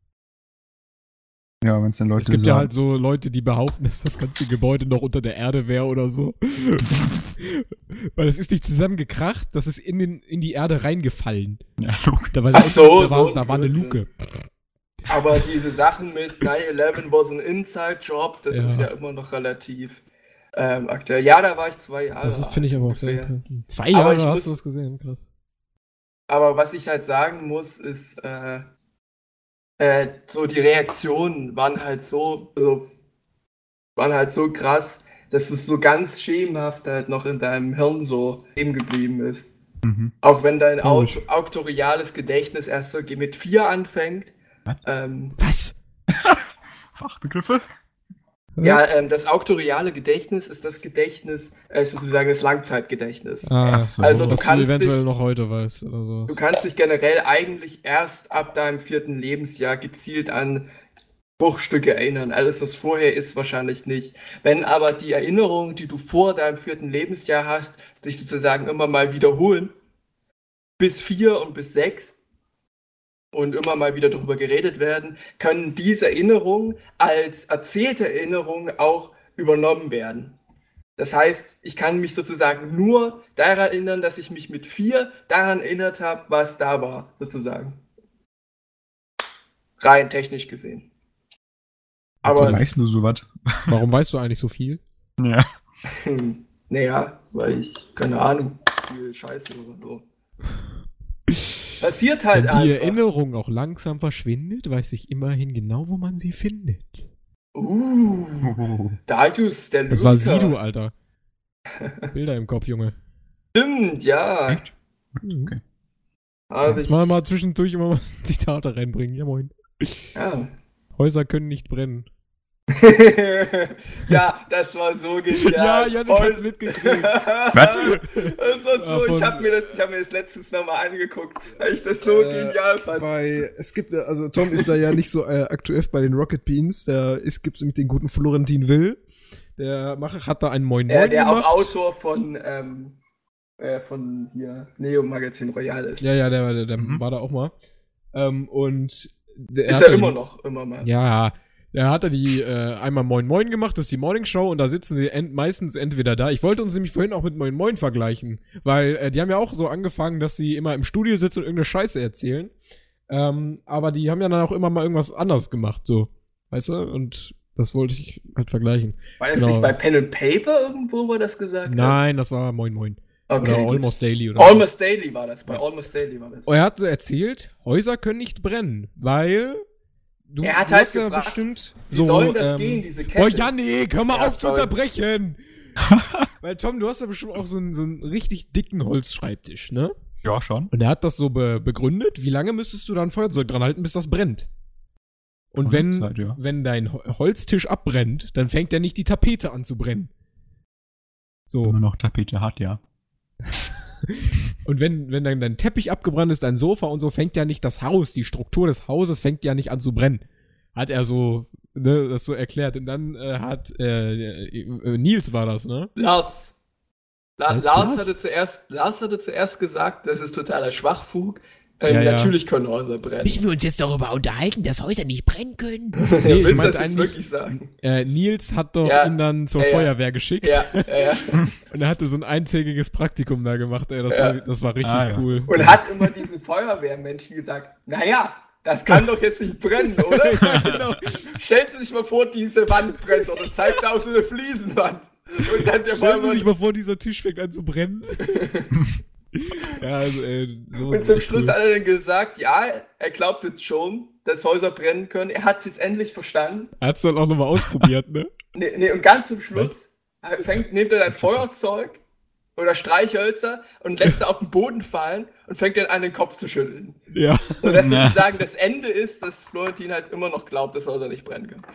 S3: Ja, wenn es dann Leute
S2: Es gibt
S3: sagen.
S2: ja halt so Leute, die behaupten, dass das ganze Gebäude noch unter der Erde wäre oder so. Weil es ist nicht zusammengekracht, das ist in, den, in die Erde reingefallen.
S3: Ja, logisch.
S2: Da war,
S1: Ach so,
S2: da war,
S1: so
S2: da war eine
S1: Blödsinn.
S2: Luke.
S1: Aber diese Sachen mit nine eleven was ein Inside-Job, das
S2: Ja.
S1: ist ja immer noch relativ ähm, aktuell. Ja, da war ich zwei Jahre
S2: Das finde ich aber auch sehr
S1: ungefähr.
S2: interessant. Zwei
S1: Aber
S2: Jahre
S1: ich
S2: hast
S1: muss-
S2: du das gesehen, krass.
S1: Aber was ich halt sagen muss, ist, äh, äh, so die Reaktionen waren halt so, so, waren halt so krass, dass es so ganz schemenhaft halt noch in deinem Hirn so hängen geblieben ist.
S3: Mhm.
S1: Auch wenn dein
S2: Logisch.
S1: Aut auktoriales Gedächtnis erst so mit vier anfängt.
S3: Was?
S1: Ähm,
S2: Was?
S3: Fachbegriffe?
S1: ja, ähm, das auktoriale Gedächtnis ist das Gedächtnis, äh, sozusagen das Langzeitgedächtnis.
S2: Ah,
S3: Ach so.
S1: Also du
S2: was du
S1: kannst
S2: eventuell
S1: dich-
S2: noch heute weißt oder so.
S1: Du kannst dich generell eigentlich erst ab deinem vierten Lebensjahr gezielt an Bruchstücke erinnern. Alles, was vorher ist, wahrscheinlich nicht. Wenn aber die Erinnerungen, die du vor deinem vierten Lebensjahr hast, sich sozusagen immer mal wiederholen, bis vier und bis sechs und immer mal wieder darüber geredet werden, können diese Erinnerungen als erzählte Erinnerungen auch übernommen werden. Das heißt, ich kann mich sozusagen nur daran erinnern, dass ich mich mit vier daran erinnert habe, was da war, sozusagen. Rein technisch gesehen.
S3: Du
S1: Aber,
S3: weißt nur sowas.
S2: Warum weißt du eigentlich so viel?
S3: Ja.
S1: hm, naja, weil ich, keine Ahnung, viel Scheiße oder so. Passiert halt
S2: Wenn die
S1: einfach.
S2: Erinnerung auch langsam verschwindet, weiß ich immerhin genau, wo man sie findet.
S1: Uh,
S3: Oh.
S1: Darius, der
S2: Das war
S1: Luther.
S2: Sido, Alter. Bilder im Kopf, Junge.
S1: Stimmt, ja.
S3: Echt?
S2: Mhm.
S3: Okay.
S1: Hab
S2: Jetzt
S1: ich,
S2: mal, mal zwischendurch immer mal Zitate reinbringen. Ja, moin.
S1: ja.
S2: Häuser können nicht brennen.
S1: Ja, das war so genial.
S2: Ja, Janik hat's
S1: Und-
S2: mitgekriegt.
S3: Was?
S1: Das war so,
S2: Ja, von-
S1: ich habe mir, das- ich hab mir das letztens nochmal angeguckt, weil ich das so
S4: Äh,
S1: genial fand.
S4: Bei, es gibt, äh, also Tom ist da ja nicht so äh, aktuell bei den Rocket Beans, da ist, gibt's mit den guten Florentin Will. Der Macher hat da einen Moin Moin
S1: Der, der
S4: gemacht.
S1: auch Autor von, ähm, äh, von hier, Neo Magazin Royal ist.
S2: Ja, ja, der, der, der
S3: Mhm.
S2: war da auch mal. Ähm, und der
S1: ist
S2: hat
S1: er
S2: da
S1: immer
S2: die-
S1: noch, immer mal.
S2: Ja, da hat er die äh, einmal Moin Moin gemacht, das ist die Morning Show und da sitzen sie ent meistens entweder da. Ich wollte uns nämlich vorhin auch mit Moin Moin vergleichen, weil äh, die haben ja auch so angefangen, dass sie immer im Studio sitzen und irgendeine Scheiße erzählen. Ähm, aber die haben ja dann auch immer mal irgendwas anderes gemacht, so. Weißt du? Und das wollte ich halt vergleichen.
S1: War das
S2: Genau.
S1: nicht bei Pen and Paper irgendwo, wo er das gesagt hat?
S2: Nein, das war Moin Moin.
S1: Okay,
S2: Oder
S1: gut.
S2: Almost Daily oder
S1: Almost Daily war das, bei Almost Daily war das.
S2: Und er hat so erzählt, Häuser können nicht brennen, weil du,
S1: Er hat
S2: du
S1: halt
S2: hast ja
S1: gefragt,
S2: bestimmt
S1: Wie
S2: so,
S1: soll das
S2: ähm,
S1: gehen, diese Kette?
S2: Oh Janik, hör mal
S1: Ja,
S2: auf zu
S1: sorry.
S2: unterbrechen! Weil Tom, du hast ja bestimmt auch so einen, so einen richtig dicken Holzschreibtisch, ne?
S3: Ja, schon.
S2: Und er hat das so be begründet, wie lange müsstest du da ein Feuerzeug dran halten, bis das brennt? Und
S3: Eine
S2: wenn,
S3: Zeit, ja.
S2: wenn dein Ho- Holztisch abbrennt, dann fängt ja nicht die Tapete an zu brennen. So.
S3: Wenn man noch Tapete hat, ja.
S2: Und wenn, wenn dann dein Teppich abgebrannt ist, dein Sofa und so, fängt ja nicht das Haus, die Struktur des Hauses fängt ja nicht an zu brennen. Hat er so, ne, das so erklärt. Und dann äh, hat, äh, äh, Nils war das, ne?
S1: Lars. La
S2: Was,
S1: Lars,
S2: Lars?
S1: hatte zuerst, Lars hatte zuerst gesagt, das ist totaler Schwachfug. Ähm,
S2: Ja, ja.
S1: Natürlich können Häuser brennen.
S5: Müssen wir uns jetzt darüber unterhalten, dass Häuser nicht brennen können?
S2: Nee, ich
S1: Willst du
S2: meinte
S1: das jetzt
S2: eigentlich-
S1: wirklich sagen?
S2: Äh, Nils hat doch
S1: Ja,
S2: ihn dann zur
S1: ja, ja.
S2: Feuerwehr geschickt.
S1: Ja, ja, ja.
S2: Und er hatte so ein eintägiges Praktikum da gemacht, ey. Das,
S1: Ja.
S2: war, das war richtig
S3: Ah, ja.
S2: cool.
S1: Und hat immer diesen Feuerwehrmenschen gesagt, naja, das kann doch jetzt nicht brennen, oder?
S2: Ja, genau.
S1: Stellen Sie sich mal vor, diese Wand brennt oder zeigt er auch so eine Fliesenwand. Und dann der
S2: Stellen Sie sich
S1: Feuerwehr.
S2: mal vor, dieser Tisch fängt an zu brennen. Ja, also, ey, so
S1: Und zum Schluss hat er dann gesagt, ja, er glaubt jetzt schon, dass Häuser brennen können. Er hat es jetzt endlich verstanden.
S2: Er hat's dann auch nochmal ausprobiert, ne?
S1: Nee, nee, und ganz zum Schluss fängt, nimmt er ein Feuerzeug oder Streichhölzer und lässt sie auf den Boden fallen und fängt dann an, den Kopf zu schütteln.
S2: Ja.
S1: Und das
S3: Na.
S1: würde ich sagen, das Ende ist, dass Florentin halt immer noch glaubt, dass Häuser nicht brennen können.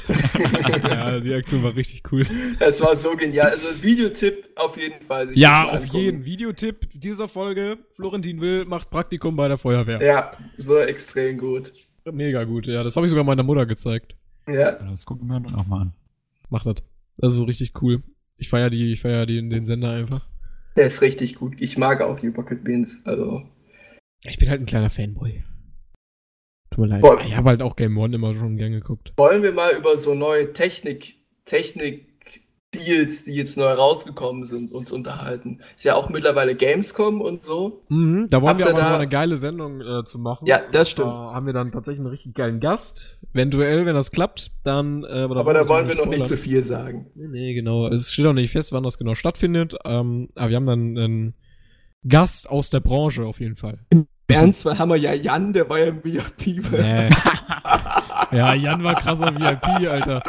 S2: Ja, die Aktion war richtig cool.
S1: Das war so genial. Also Videotipp auf jeden Fall. sich
S2: Ja,
S1: das mal
S2: auf
S1: angucken.
S2: jeden. Videotipp dieser Folge. Florentin Will macht Praktikum bei der Feuerwehr.
S1: Ja, so extrem gut.
S2: Mega gut, ja. Das habe ich sogar meiner Mutter gezeigt.
S1: Ja.
S3: Das gucken wir dann auch mal an.
S2: Macht das. Das ist so richtig cool. Ich feier die, ich feier die, den Sender einfach.
S1: Der ist richtig gut. Ich mag auch die Rocket Beans. Also.
S2: Ich bin halt ein kleiner Fanboy. Tut mir leid.
S1: Boah.
S2: Ich habe halt auch Game One immer schon gern geguckt.
S1: Wollen wir mal über so neue Technik, Technik-Deals, die jetzt neu rausgekommen sind, uns unterhalten? Ist ja auch mittlerweile Gamescom und so.
S2: Mhm, da wollen
S1: Habt
S2: wir
S1: ihr
S2: aber
S1: da-
S2: mal eine geile Sendung äh, zu machen.
S1: Ja, das stimmt.
S2: Da haben wir dann tatsächlich einen richtig geilen Gast. Eventuell, wenn das klappt, dann. Äh,
S1: Aber da wollen wir noch nicht
S2: so
S1: zu viel sagen.
S2: Nee, nee, genau. Es steht auch nicht fest, wann das genau stattfindet. Ähm, aber wir haben dann einen Gast aus der Branche auf jeden Fall.
S1: Im Ernstfall haben wir ja Jan, der war ja im V I P.
S2: Nee. Ja, Jan war krasser V I P, Alter.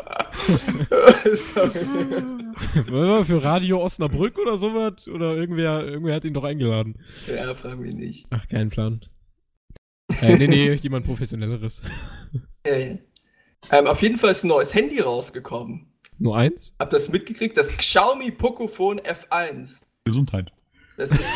S2: War für Radio Osnabrück oder sowas? Oder irgendwer, irgendwer hat ihn doch eingeladen.
S1: Ja, frag mich nicht.
S2: Ach, kein Plan. Äh, nee, nee, jemand Professionelleres.
S1: Äh, ähm, auf jeden Fall ist ein neues Handy rausgekommen.
S2: Nur eins?
S1: Habt ihr das mitgekriegt? Das Xiaomi Pocophone F eins.
S3: Gesundheit.
S1: Das ist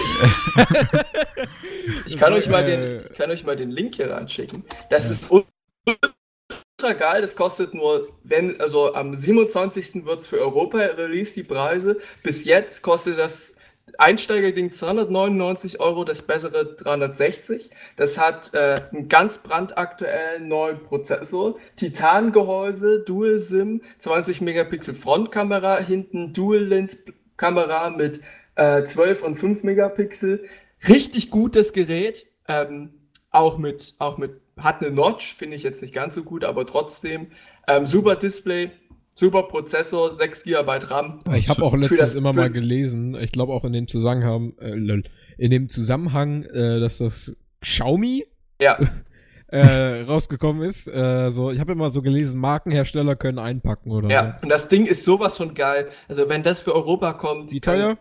S1: ich, kann
S2: Das
S1: euch
S2: war,
S1: mal
S2: äh,
S1: den, ich kann euch mal den Link hier reinschicken. Das
S2: Ja.
S1: ist ultra geil. Das kostet nur, wenn, also am siebenundzwanzigsten wird es für Europa released, die Preise. Bis jetzt kostet das Einsteigerding zweihundertneunundneunzig Euro, das bessere dreihundertsechzig. Das hat äh, einen ganz brandaktuellen neuen Prozessor, Titangehäuse, Dual SIM, zwanzig Megapixel Frontkamera, hinten Dual Lens Kamera mit äh, zwölf und fünf Megapixel. Richtig gutes Gerät. Ähm, auch mit, auch mit, hat eine Notch, finde ich jetzt nicht ganz so gut, aber trotzdem. Ähm, super Display, super Prozessor, sechs Gigabyte RAM.
S2: Ich habe auch
S1: Für
S2: letztens
S1: das-
S2: immer
S1: für-
S2: mal gelesen, ich glaube auch in dem Zusammenhang, äh, lol, in dem Zusammenhang, äh, dass das Xiaomi
S1: Ja,
S2: äh, rausgekommen ist. Äh, so, ich habe immer so gelesen, Markenhersteller können einpacken oder
S1: ja. Und das Ding ist sowas von geil. Also wenn das für Europa kommt.
S2: Wie teuer?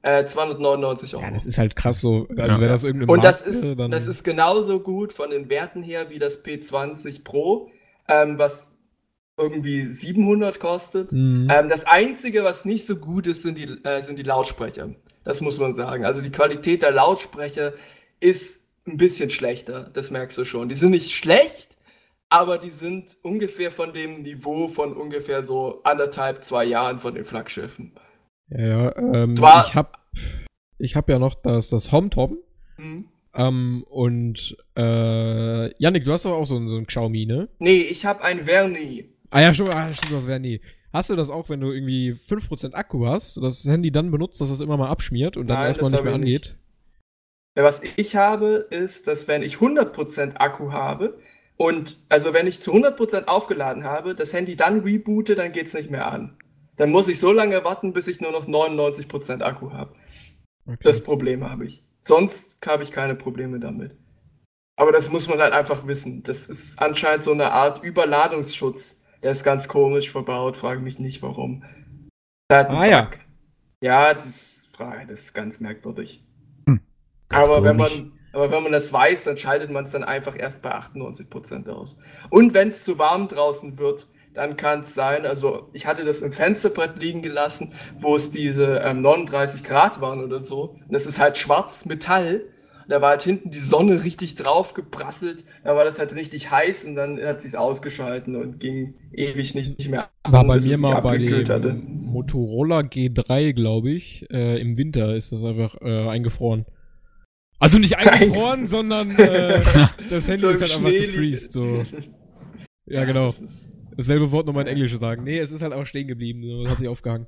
S1: Äh, zweihundertneunundneunzig Euro.
S2: Ja, das ist halt krass so. Also
S3: Ja.
S2: wenn das irgendeine
S1: Und das
S2: Marke,
S1: ist,
S2: dann
S1: das ist genauso gut von den Werten her wie das P zwanzig Pro, ähm, was irgendwie siebenhundert kostet.
S2: Mhm.
S1: Ähm, das Einzige, was nicht so gut ist, sind die, äh, sind die Lautsprecher. Das muss man sagen. Also die Qualität der Lautsprecher ist ein bisschen schlechter. Das merkst du schon. Die sind nicht schlecht, aber die sind ungefähr von dem Niveau von ungefähr so anderthalb, zwei Jahren von den Flaggschiffen.
S2: Ja, ja, ähm,
S1: Zwar-
S2: ich hab, ich hab ja noch das, das HomeTom.
S1: Hm.
S2: Ähm, und, äh, Yannick, du hast doch auch so, ein- so ein Xiaomi, ne?
S1: Nee, ich habe ein Verni.
S2: Ah ja, stimmt, ah, stimmt, das wäre nie. Hast du das auch, wenn du irgendwie fünf Prozent Akku hast, das Handy dann benutzt, dass es immer mal abschmiert und dann
S1: Nein,
S2: erstmal
S1: das
S2: nicht mehr
S1: hab ich
S2: angeht?
S1: Ja, was ich habe, ist, dass wenn ich hundert Prozent Akku habe und also wenn ich zu hundert Prozent aufgeladen habe, das Handy dann reboote, dann geht's nicht mehr an. Dann muss ich so lange warten, bis ich nur noch neunundneunzig Prozent Akku habe.
S2: Okay.
S1: Das Problem habe ich. Sonst habe ich keine Probleme damit. Aber das muss man halt einfach wissen. Das ist anscheinend so eine Art Überladungsschutz. Der ist ganz komisch verbaut, frage mich nicht warum. Das ist halt ein
S2: Ah, ja.
S1: Bug. Ja, das ist, das ist ganz merkwürdig.
S3: Hm.
S2: Ganz
S1: Aber wenn,
S2: komisch.
S1: man, aber wenn man das weiß, dann schaltet man es dann einfach erst bei achtundneunzig Prozent aus. Und wenn es zu warm draußen wird, dann kann es sein, also ich hatte das im Fensterbrett liegen gelassen, wo es diese ähm, neununddreißig Grad waren oder so. Und das ist halt schwarz Metall. Da war halt hinten die Sonne richtig drauf geprasselt. Da war das halt richtig heiß und dann hat sich's ausgeschalten und ging ewig nicht, nicht mehr an,
S2: War bei
S1: bis es
S2: mir
S1: sich
S2: mal bei
S1: abgekühlt
S2: dem
S1: hatte.
S2: Motorola G drei, glaube ich. Äh, Im Winter ist das einfach äh, eingefroren. Also nicht eingefroren, sondern äh, das Handy
S1: So
S2: ist
S1: im
S2: halt einfach
S1: Schnee
S2: gefreezed. So. Ja, genau.
S1: Das ist,
S2: Dasselbe Wort nochmal in Englisch sagen. Nee, es ist halt auch stehen geblieben. So, das hat sich aufgehangen.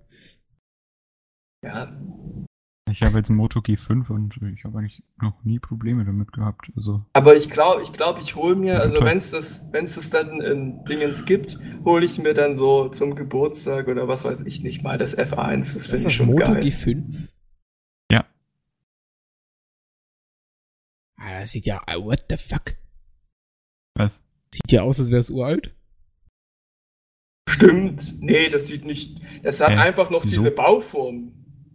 S1: ja,
S3: Ich habe jetzt ein Moto G fünf und ich habe eigentlich noch nie Probleme damit gehabt. Also,
S1: aber ich glaube, ich, glaub, ich hole mir,
S3: Ja,
S1: also
S3: toll.
S1: wenn es das, wenn's das dann in Dingens gibt, hole ich mir dann so zum Geburtstag oder was weiß ich nicht mal das F eins. Das finde ich schon
S2: Moto
S1: geil.
S2: G fünf?
S3: Ja.
S2: Ah, das sieht ja, what the fuck?
S3: was?
S2: Sieht ja aus, als wäre es uralt.
S1: Stimmt. Nee, das sieht nicht. Das hat
S3: Hä?
S1: einfach noch
S3: Wieso?
S1: diese Bauform.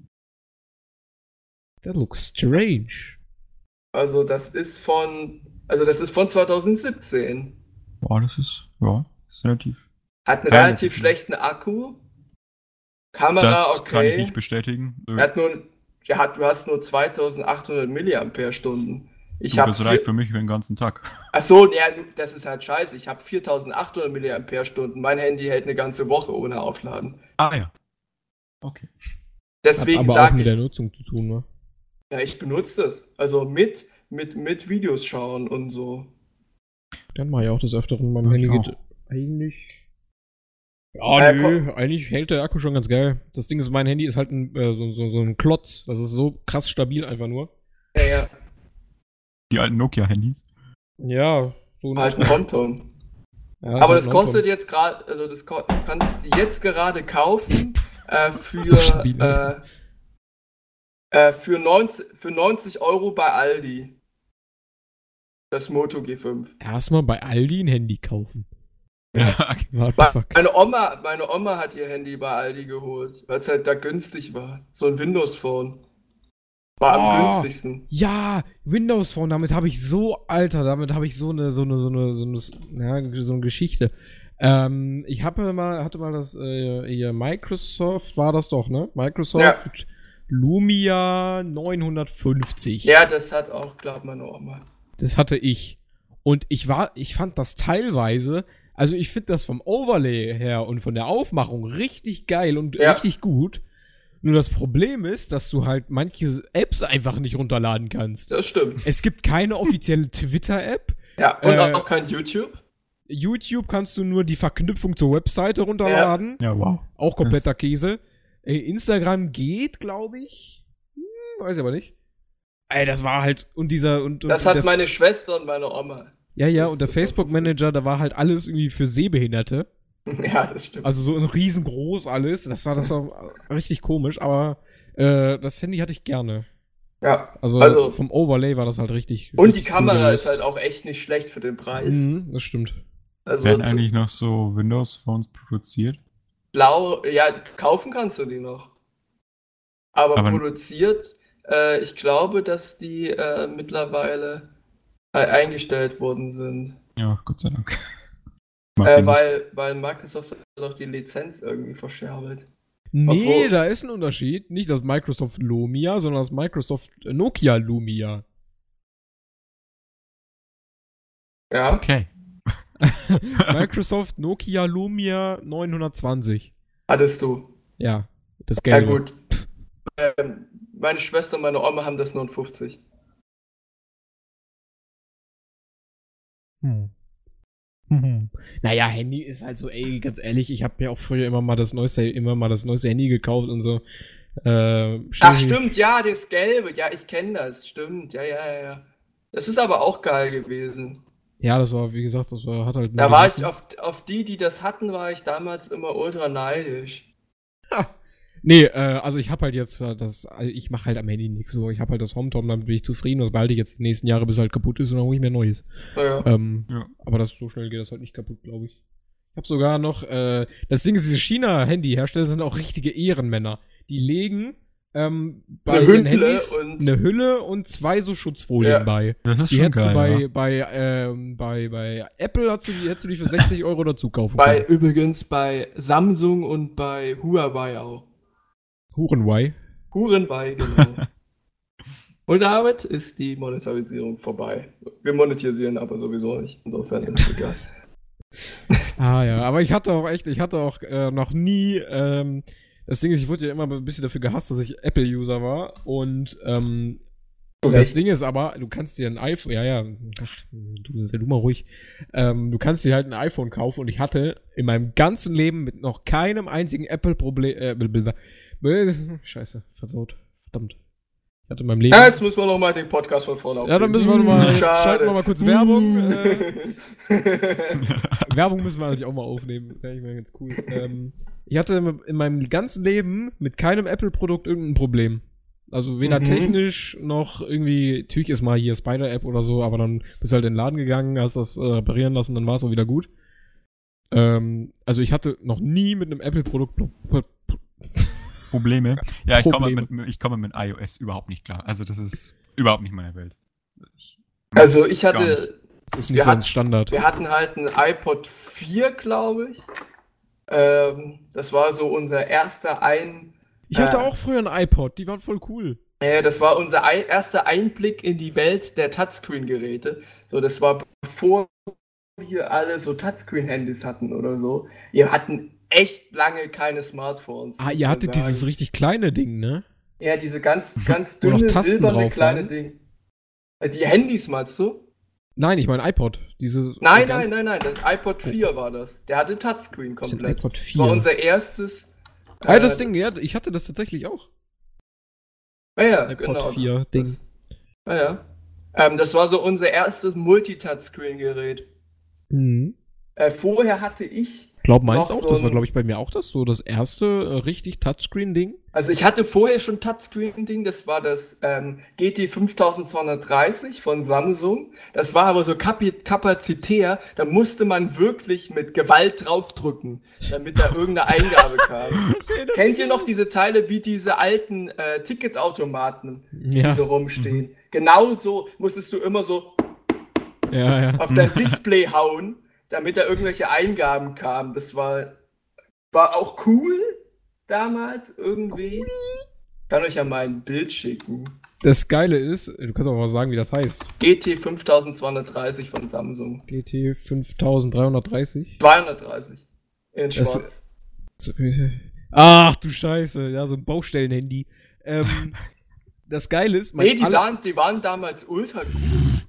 S2: That looks strange.
S1: Also das ist von, also das ist von zweitausendsiebzehn.
S3: Boah, das ist, ja, ist relativ.
S1: Hat einen
S3: Ja,
S1: relativ
S3: das-
S1: schlechten Akku. Kamera
S3: Das
S1: okay.
S3: kann ich nicht bestätigen.
S1: Er hat nur, er hat, du hast nur zweitausendachthundert Milliampere-Stunden. Ich
S3: Du,
S1: habe
S3: das reicht für mich für den ganzen Tag.
S1: Achso, ja, das ist halt scheiße. Ich habe viertausendachthundert Milliampere-Stunden. Mein Handy hält eine ganze Woche ohne Aufladen.
S3: Ah ja. Okay.
S1: Deswegen
S2: Hat aber auch
S1: sage
S2: mit der
S1: ich,
S2: Nutzung zu tun, ne?
S1: ja, ich benutze das. Also mit, mit, mit Videos schauen und so.
S2: Dann mache ich auch des Öfteren. Mein
S3: Ja,
S2: Handy
S3: ich
S2: geht eigentlich. Ja,
S1: Äh,
S2: nö, eigentlich hält der Akku schon ganz geil. Das Ding ist, mein Handy ist halt ein, äh, so, so, so ein Klotz. Das ist so krass stabil einfach nur.
S1: Ja, ja,
S3: Die alten Nokia-Handys.
S2: Ja, so
S1: halt ein Konto.
S2: Ja,
S1: Aber
S2: ist
S1: das
S2: halt
S1: kostet jetzt gerade, also das ko- du kannst die jetzt gerade kaufen äh, für,
S2: So stabil.
S1: äh, äh, für, neunzig, für neunzig Euro bei Aldi. Das Moto G fünf.
S2: erstmal bei Aldi ein Handy kaufen.
S3: Ja.
S2: What the
S1: Meine
S2: fuck?
S1: Oma, meine Oma hat ihr Handy bei Aldi geholt, weil es halt da günstig war. So ein Windows-Phone. War am
S2: Oh.
S1: günstigsten.
S2: Ja, Windows Phone, damit habe ich so, Alter, damit habe ich so eine, so eine, so eine, so eine, ja, so eine Geschichte. Ähm, ich habe mal, hatte mal das, äh, hier Microsoft, war das doch, ne? Microsoft Lumia neunhundertfünfzig.
S1: Ja, das hat auch, glaub meine Oma.
S2: Das hatte ich. Und ich war, ich fand das teilweise, also ich finde das vom Overlay her und von der Aufmachung richtig geil und
S1: Ja.
S2: richtig gut. Nur das Problem ist, dass du halt manche Apps einfach nicht runterladen kannst.
S1: Das stimmt.
S2: Es gibt keine offizielle Twitter-App.
S1: Ja, und
S2: Äh,
S1: auch kein YouTube.
S2: YouTube kannst du nur die Verknüpfung zur Webseite runterladen.
S3: Ja, wow.
S2: Auch kompletter
S3: Das-
S2: Käse. Äh, Instagram geht, glaube ich. Hm, weiß ich aber nicht. Ey, das war halt, und dieser, und, und
S1: Das
S2: der
S1: hat meine
S2: F-
S1: Schwester und meine Oma.
S2: Ja, ja,
S1: das-
S2: und der
S1: das war
S2: Facebook-Manager, da war halt alles irgendwie für Sehbehinderte.
S1: Ja, das stimmt.
S2: Also so riesengroß alles. Das war das war richtig komisch, aber äh, das Handy hatte ich gerne.
S1: Ja.
S2: Also,
S1: Also-
S2: vom Overlay war das halt richtig.
S1: Und die
S2: richtig
S1: Kamera
S2: cool
S1: ist
S2: gelöst.
S1: halt auch echt nicht schlecht für den Preis.
S2: Mhm, das stimmt.
S1: Also
S3: Werden
S1: zu
S3: eigentlich noch so Windows-Phones produziert?
S1: blau, ja, kaufen kannst du die noch. Aber,
S3: Aber-
S1: produziert, äh, ich glaube, dass die äh, mittlerweile äh, eingestellt worden sind.
S3: Ja, Gott sei Dank. Mag
S1: Äh,
S3: ihn
S1: weil, weil Microsoft hat doch die Lizenz irgendwie verscherbelt.
S2: Nee,
S1: Obwohl-
S2: da ist ein Unterschied. Nicht das Microsoft Lumia, sondern das Microsoft Nokia Lumia.
S1: Ja,
S3: nicht. Okay.
S2: Microsoft Nokia Lumia neunhundertzwanzig.
S1: hattest du.
S2: Ja, das
S1: Ja,
S2: Gelbe.
S1: gut. Ähm, meine Schwester und meine Oma haben das neunundfünfzig.
S2: Hm. Mhm. Naja, Handy ist halt so, ey, ganz ehrlich, ich habe mir auch früher immer mal das neueste, immer mal das neueste Handy gekauft und so. Äh,
S1: Ach,
S2: ständig-
S1: stimmt, ja, das Gelbe. Ja, ich kenne das. Stimmt, ja, ja, ja, ja. Das ist aber auch geil gewesen.
S2: Ja, das war, wie gesagt, das war, hat halt.
S1: Da
S2: nur
S1: war
S2: die-
S1: ich auf, auf die, die das hatten, war ich damals immer ultra neidisch.
S2: Nee, äh, also ich habe halt jetzt äh, das, also ich mache halt am Handy nichts so. Ich habe halt das HomeTom, damit bin ich zufrieden. Das behalte ich jetzt die nächsten Jahre, bis es halt kaputt ist und dann hole ich mir ein neues.
S1: Naja.
S2: Ähm,
S3: Ja.
S2: Aber das so schnell geht das halt nicht kaputt, glaube ich. Ich habe sogar noch, äh, das Ding ist, diese China-Handy-Hersteller sind auch richtige Ehrenmänner. Die legen ähm, bei
S1: Eine
S2: ihren
S1: Hülle
S2: Handys
S1: und-
S2: eine Hülle und zwei so Schutzfolien
S1: Ja.
S2: bei.
S3: Das ist
S2: Die
S3: schon
S2: hättest
S3: geil.
S2: du bei,
S3: ja.
S2: bei, ähm, bei, bei Apple hättest du, die, hättest du die für sechzig Euro dazu kaufen
S1: Bei,
S2: können.
S1: übrigens bei Samsung und bei Huawei auch.
S2: Hurenwei.
S1: Hurenwei, genau. Und damit ist die Monetarisierung vorbei. Wir monetisieren aber sowieso nicht. Insofern ist es egal.
S2: Ah ja, aber ich hatte auch echt, ich hatte auch äh, noch nie, ähm, das Ding ist, ich wurde ja immer ein bisschen dafür gehasst, dass ich Apple-User war und ähm, das Ding ist aber, du kannst dir ein iPhone, ja, ja, ach, du sei du mal ruhig, ähm, du kannst dir halt ein iPhone kaufen und ich hatte in meinem ganzen Leben mit noch keinem einzigen Apple-Problem, äh, blablabla. Scheiße, versaut, verdammt. Ich hatte in meinem Leben...
S1: Ja, jetzt müssen wir nochmal den Podcast von vorne aufnehmen.
S2: Ja, dann müssen wir nochmal, jetzt
S1: Schade.
S2: schalten wir mal kurz Werbung. Äh, Werbung müssen wir natürlich auch mal aufnehmen. Wäre ich mal ganz cool. Ähm, ich hatte in meinem ganzen Leben mit keinem Apple-Produkt irgendein Problem. Also weder
S1: Mhm.
S2: technisch noch irgendwie, natürlich ist mal hier Spider-App oder so, aber dann bist du halt in den Laden gegangen, hast das äh, reparieren lassen, dann war es auch wieder gut. Ähm, also ich hatte noch nie mit einem Apple-Produkt Pro- Pro-
S3: Probleme. Ja, ich komme,
S2: Probleme.
S3: mit, ich komme mit iOS überhaupt nicht klar. Also das ist überhaupt nicht meine Welt. Ich,
S1: Also ich
S3: Gar nicht.
S1: hatte,
S2: Das ist nicht
S1: Wir
S2: so ein
S1: hatten-
S2: Standard.
S1: wir hatten halt ein iPod vier, glaube ich. Ähm, das war so unser erster ein,
S2: Ich hatte
S1: äh,
S2: auch früher ein iPod, die waren voll cool.
S1: äh, das war unser ein, erster Einblick in die Welt der Touchscreen-Geräte. So, das war bevor wir alle so Touchscreen-Handys hatten oder so. Wir hatten echt lange keine Smartphones.
S2: Ah,
S1: muss
S2: ihr
S1: man
S2: hattet
S1: sagen.
S2: dieses richtig kleine Ding, ne?
S1: Ja, diese ganz, ganz
S2: Wo noch
S1: dünne,
S2: Tasten
S1: silberne
S2: drauf
S1: kleine
S2: waren.
S1: Ding. Äh, Die Handys meinst du?
S2: Nein, ich meine iPod. Dieses
S1: Nein,
S2: ganz-
S1: nein, nein, nein, das iPod vier war das. Der hatte Touchscreen
S2: Das ist ein
S1: komplett.
S2: iPod
S1: Das war
S2: vier.
S1: unser erstes.
S2: Ah, das
S1: äh,
S2: Ding, ja, ich hatte das tatsächlich auch.
S1: Ja, ja,
S2: Das iPod
S1: genau.
S2: vier Ding.
S1: Das, ja, ja. Ähm, das war so unser erstes Multitouchscreen-Gerät.
S2: Mhm.
S1: Äh, vorher hatte ich,
S2: Glaub meins
S1: Noch
S2: auch,
S1: so
S2: das war
S1: ein-
S2: glaube ich bei mir auch das so, das erste äh, richtig Touchscreen-Ding.
S1: also ich hatte vorher schon Touchscreen-Ding, das war das ähm, G T fünftausendzweihundertdreißig von Samsung. Das war aber so kapi- kapazitär, da musste man wirklich mit Gewalt draufdrücken, damit da irgendeine Eingabe kam. Kennt ihr noch diese Teile wie diese alten äh, Ticketautomaten, die
S2: Ja,
S1: so rumstehen? Genauso musstest du immer so
S2: ja, ja.
S1: auf dein Display hauen, damit da irgendwelche Eingaben kamen. Das war, war auch cool damals irgendwie. Ich kann euch ja mal ein Bild schicken.
S2: Das Geile ist, du kannst auch mal sagen, wie das heißt.
S1: G T fünftausendzweihundertdreißig von Samsung.
S2: G T fünftausenddreihundertdreißig.
S1: zweihundertdreißig. In
S2: Das-
S1: schwarz.
S2: Ach du Scheiße, ja, so ein Baustellenhandy. Ähm, das Geile ist, mein,
S1: Nee, die,
S2: aller-
S1: sahen, die waren damals ultra gut.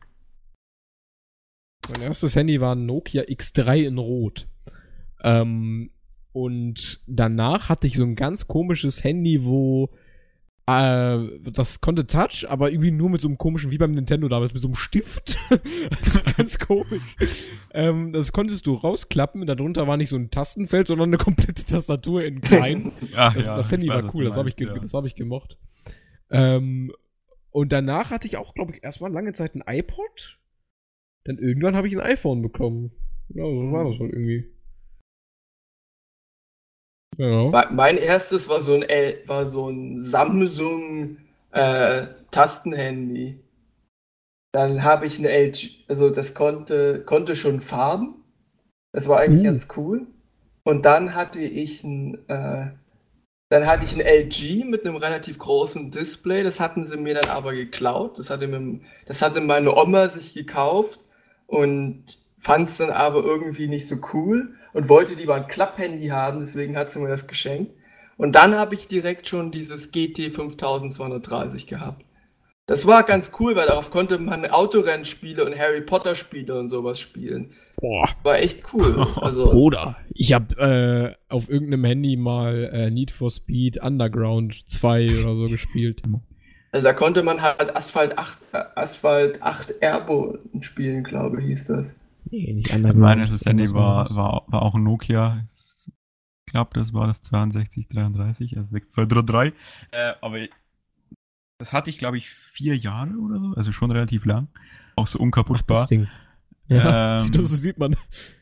S2: mein erstes Handy war ein Nokia X drei in Rot. Ähm, und danach hatte ich so ein ganz komisches Handy, wo äh, das konnte Touch, aber irgendwie nur mit so einem komischen, wie beim Nintendo damals, mit so einem Stift. Also ganz komisch. Ähm, das konntest du rausklappen, darunter war nicht so ein Tastenfeld, sondern eine komplette Tastatur in klein.
S3: ja,
S2: Das,
S3: ja,
S2: das Handy
S3: ich weiß,
S2: war
S3: was
S2: cool,
S3: du
S2: das habe ich,
S3: meinst,
S2: ge-
S3: ja.
S2: das hab ich gemocht. Ähm, und danach hatte ich auch, glaube ich, erstmal lange Zeit ein iPod. Dann irgendwann habe ich ein iPhone bekommen. Ja, so war das halt irgendwie. Ja.
S1: Me- Mein erstes war so ein, L war so ein Samsung äh, Tastenhandy. Dann habe ich ein L G, also das konnte, konnte schon Farben. Das war eigentlich
S2: Uh.
S1: ganz cool. Und dann hatte ich ein, äh, dann hatte ich ein L G mit einem relativ großen Display. Das hatten sie mir dann aber geklaut. Das hatte, mir, das hatte meine Oma sich gekauft und fand es dann aber irgendwie nicht so cool und wollte lieber ein Klapphandy haben. Deswegen hat sie mir das geschenkt. Und dann habe ich direkt schon dieses G T fünftausendzweihundertdreißig gehabt. Das war ganz cool, weil darauf konnte man Autorennspiele und Harry Potter Spiele und sowas spielen.
S2: Boah.
S1: War echt cool. Also,
S2: Bruder, ich hab äh, auf irgendeinem Handy mal äh, Need for Speed Underground zwei oder so gespielt.
S1: also da konnte man halt Asphalt acht, äh, Asphalt acht Airborne spielen, glaube ich, hieß das.
S2: Nee, nicht
S3: Ich
S2: Underground.
S3: meine, das Handy
S2: irgendwas
S3: war,
S2: anderes.
S3: war, war auch ein Nokia. Ich glaube, das war das zweiundsechzig dreiunddreißig, also sechs zwei drei drei. Äh, aber das hatte ich, glaube ich, vier Jahre oder so, also schon relativ lang. Auch so unkaputtbar.
S2: Das Ding. Ja,
S3: Ähm,
S2: das sieht man.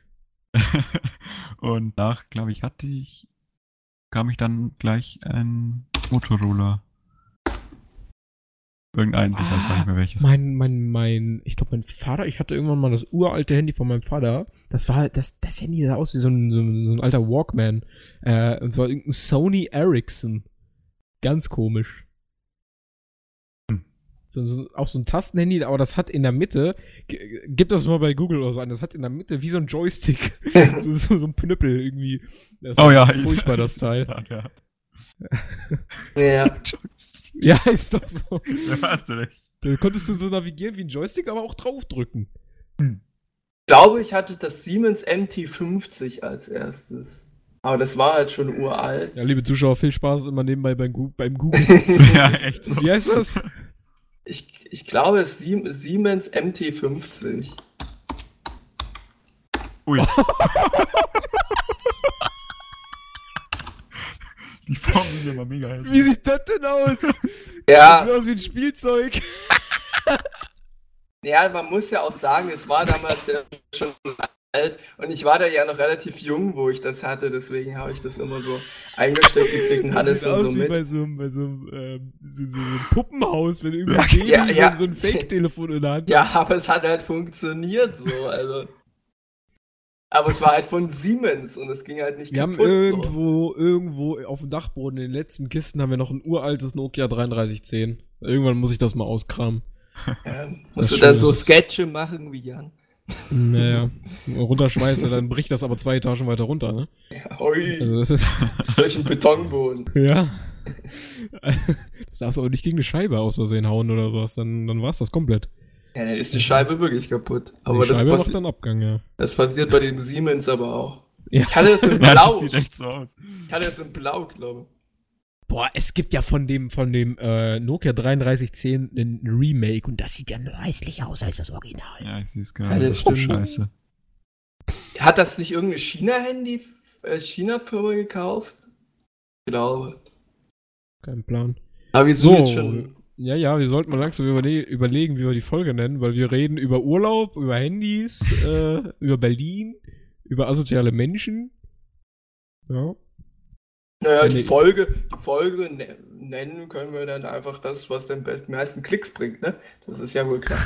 S3: Und nach, glaube ich, hatte ich, kam ich dann gleich ein Motorola. Irgendeins, ich weiß gar nicht mehr welches.
S2: Mein, mein, mein, ich glaube, mein Vater, ich hatte irgendwann mal das uralte Handy von meinem Vater. Das war, das, das Handy sah aus wie so ein, so ein, so ein alter Walkman. Äh, und zwar irgendein Sony Ericsson. Ganz komisch. So, so, auch so ein Tastenhandy, aber das hat in der Mitte, g- gib das mal bei Google oder so an, das hat in der Mitte wie so ein Joystick. so, so, so ein Knüppel irgendwie. Das
S3: Oh
S2: war
S3: ja,
S2: furchtbar,
S3: ich-
S2: das Teil.
S3: Ja,
S1: Ja.
S2: Ja, ist doch so.
S3: da hast du recht.
S2: Da konntest du so navigieren wie ein Joystick, aber auch draufdrücken.
S1: Ich glaube, ich hatte das Siemens M T fünfzig als erstes. Aber das war halt schon uralt.
S2: Ja, liebe Zuschauer, viel Spaß immer nebenbei beim, Gu- beim Google.
S3: Ja, echt so.
S2: Wie heißt das?
S1: Ich, ich glaube, das Siem- Siemens M T fünfzig.
S3: Ui. Die Form sind immer mega hässlich.
S2: Wie sieht das denn aus? Das
S1: Ja,
S2: sieht aus wie ein Spielzeug.
S1: ja, man muss ja auch sagen, es war damals ja schon alt und ich war da ja noch relativ jung, wo ich das hatte, deswegen habe ich das immer so eingesteckt gekriegt und
S2: Das
S1: hatte es
S2: sieht
S1: dann
S2: aus
S1: so
S2: wie
S1: mit.
S2: bei so einem, bei so einem, ähm, so, so einem Puppenhaus, wenn irgendwie ein Baby
S1: Ja, ja.
S2: so, so ein Fake-Telefon in der Hand hat.
S1: Ja, aber es hat halt funktioniert so, also. Aber es war halt von Siemens und es ging halt nicht
S2: Wir haben
S1: kaputt. So.
S2: irgendwo, irgendwo auf dem Dachboden in den letzten Kisten haben wir noch ein uraltes Nokia dreiunddreißig zehn. Irgendwann muss ich das mal auskramen.
S1: Ja,
S2: Das
S1: musst du
S2: ist
S1: dann
S2: schon-
S1: so
S2: das ist-
S1: Sketche machen wie Jan.
S2: Naja, runterschmeiße, dann bricht das aber zwei Etagen weiter runter, ne?
S1: Ja, ui,
S2: Also das ist,
S1: durch einen Betonboden.
S2: ja. Das darfst du auch nicht gegen eine Scheibe aus Versehen hauen oder sowas, dann, dann war's das komplett.
S1: Ja, dann ist die Scheibe wirklich kaputt. Aber
S2: Die
S1: das,
S2: Scheibe
S1: passi-
S2: macht dann Abgang, ja.
S1: das passiert bei dem Siemens aber auch.
S2: Ja.
S1: Ich hatte das in
S3: Ja, das
S1: Blau.
S3: sieht echt so aus.
S1: Ich hatte das in Blau, glaube ich.
S2: Boah, es gibt ja von dem, von dem äh, Nokia dreiunddreißig zehn ein Remake und das sieht ja nur hässlicher aus als das Original.
S3: Ja, ich sehe es
S1: Ja,
S3: gerade.
S1: das
S3: das ist
S1: stimmt.
S3: scheiße.
S1: Hat das nicht irgendeine China-Handy, äh, China-Firma gekauft? Ich glaube.
S2: Kein Plan.
S1: Aber wir sind
S2: So,
S1: jetzt schon.
S2: ja, ja, wir sollten mal langsam überle überlegen, wie wir die Folge nennen, weil wir reden über Urlaub, über Handys, äh, über Berlin, über asoziale Menschen. Ja.
S1: Naja,
S2: Ja,
S1: die
S2: nee.
S1: Folge, die Folge ne nennen können wir dann einfach das, was den be- meisten Klicks bringt, ne? Das ist ja wohl klar.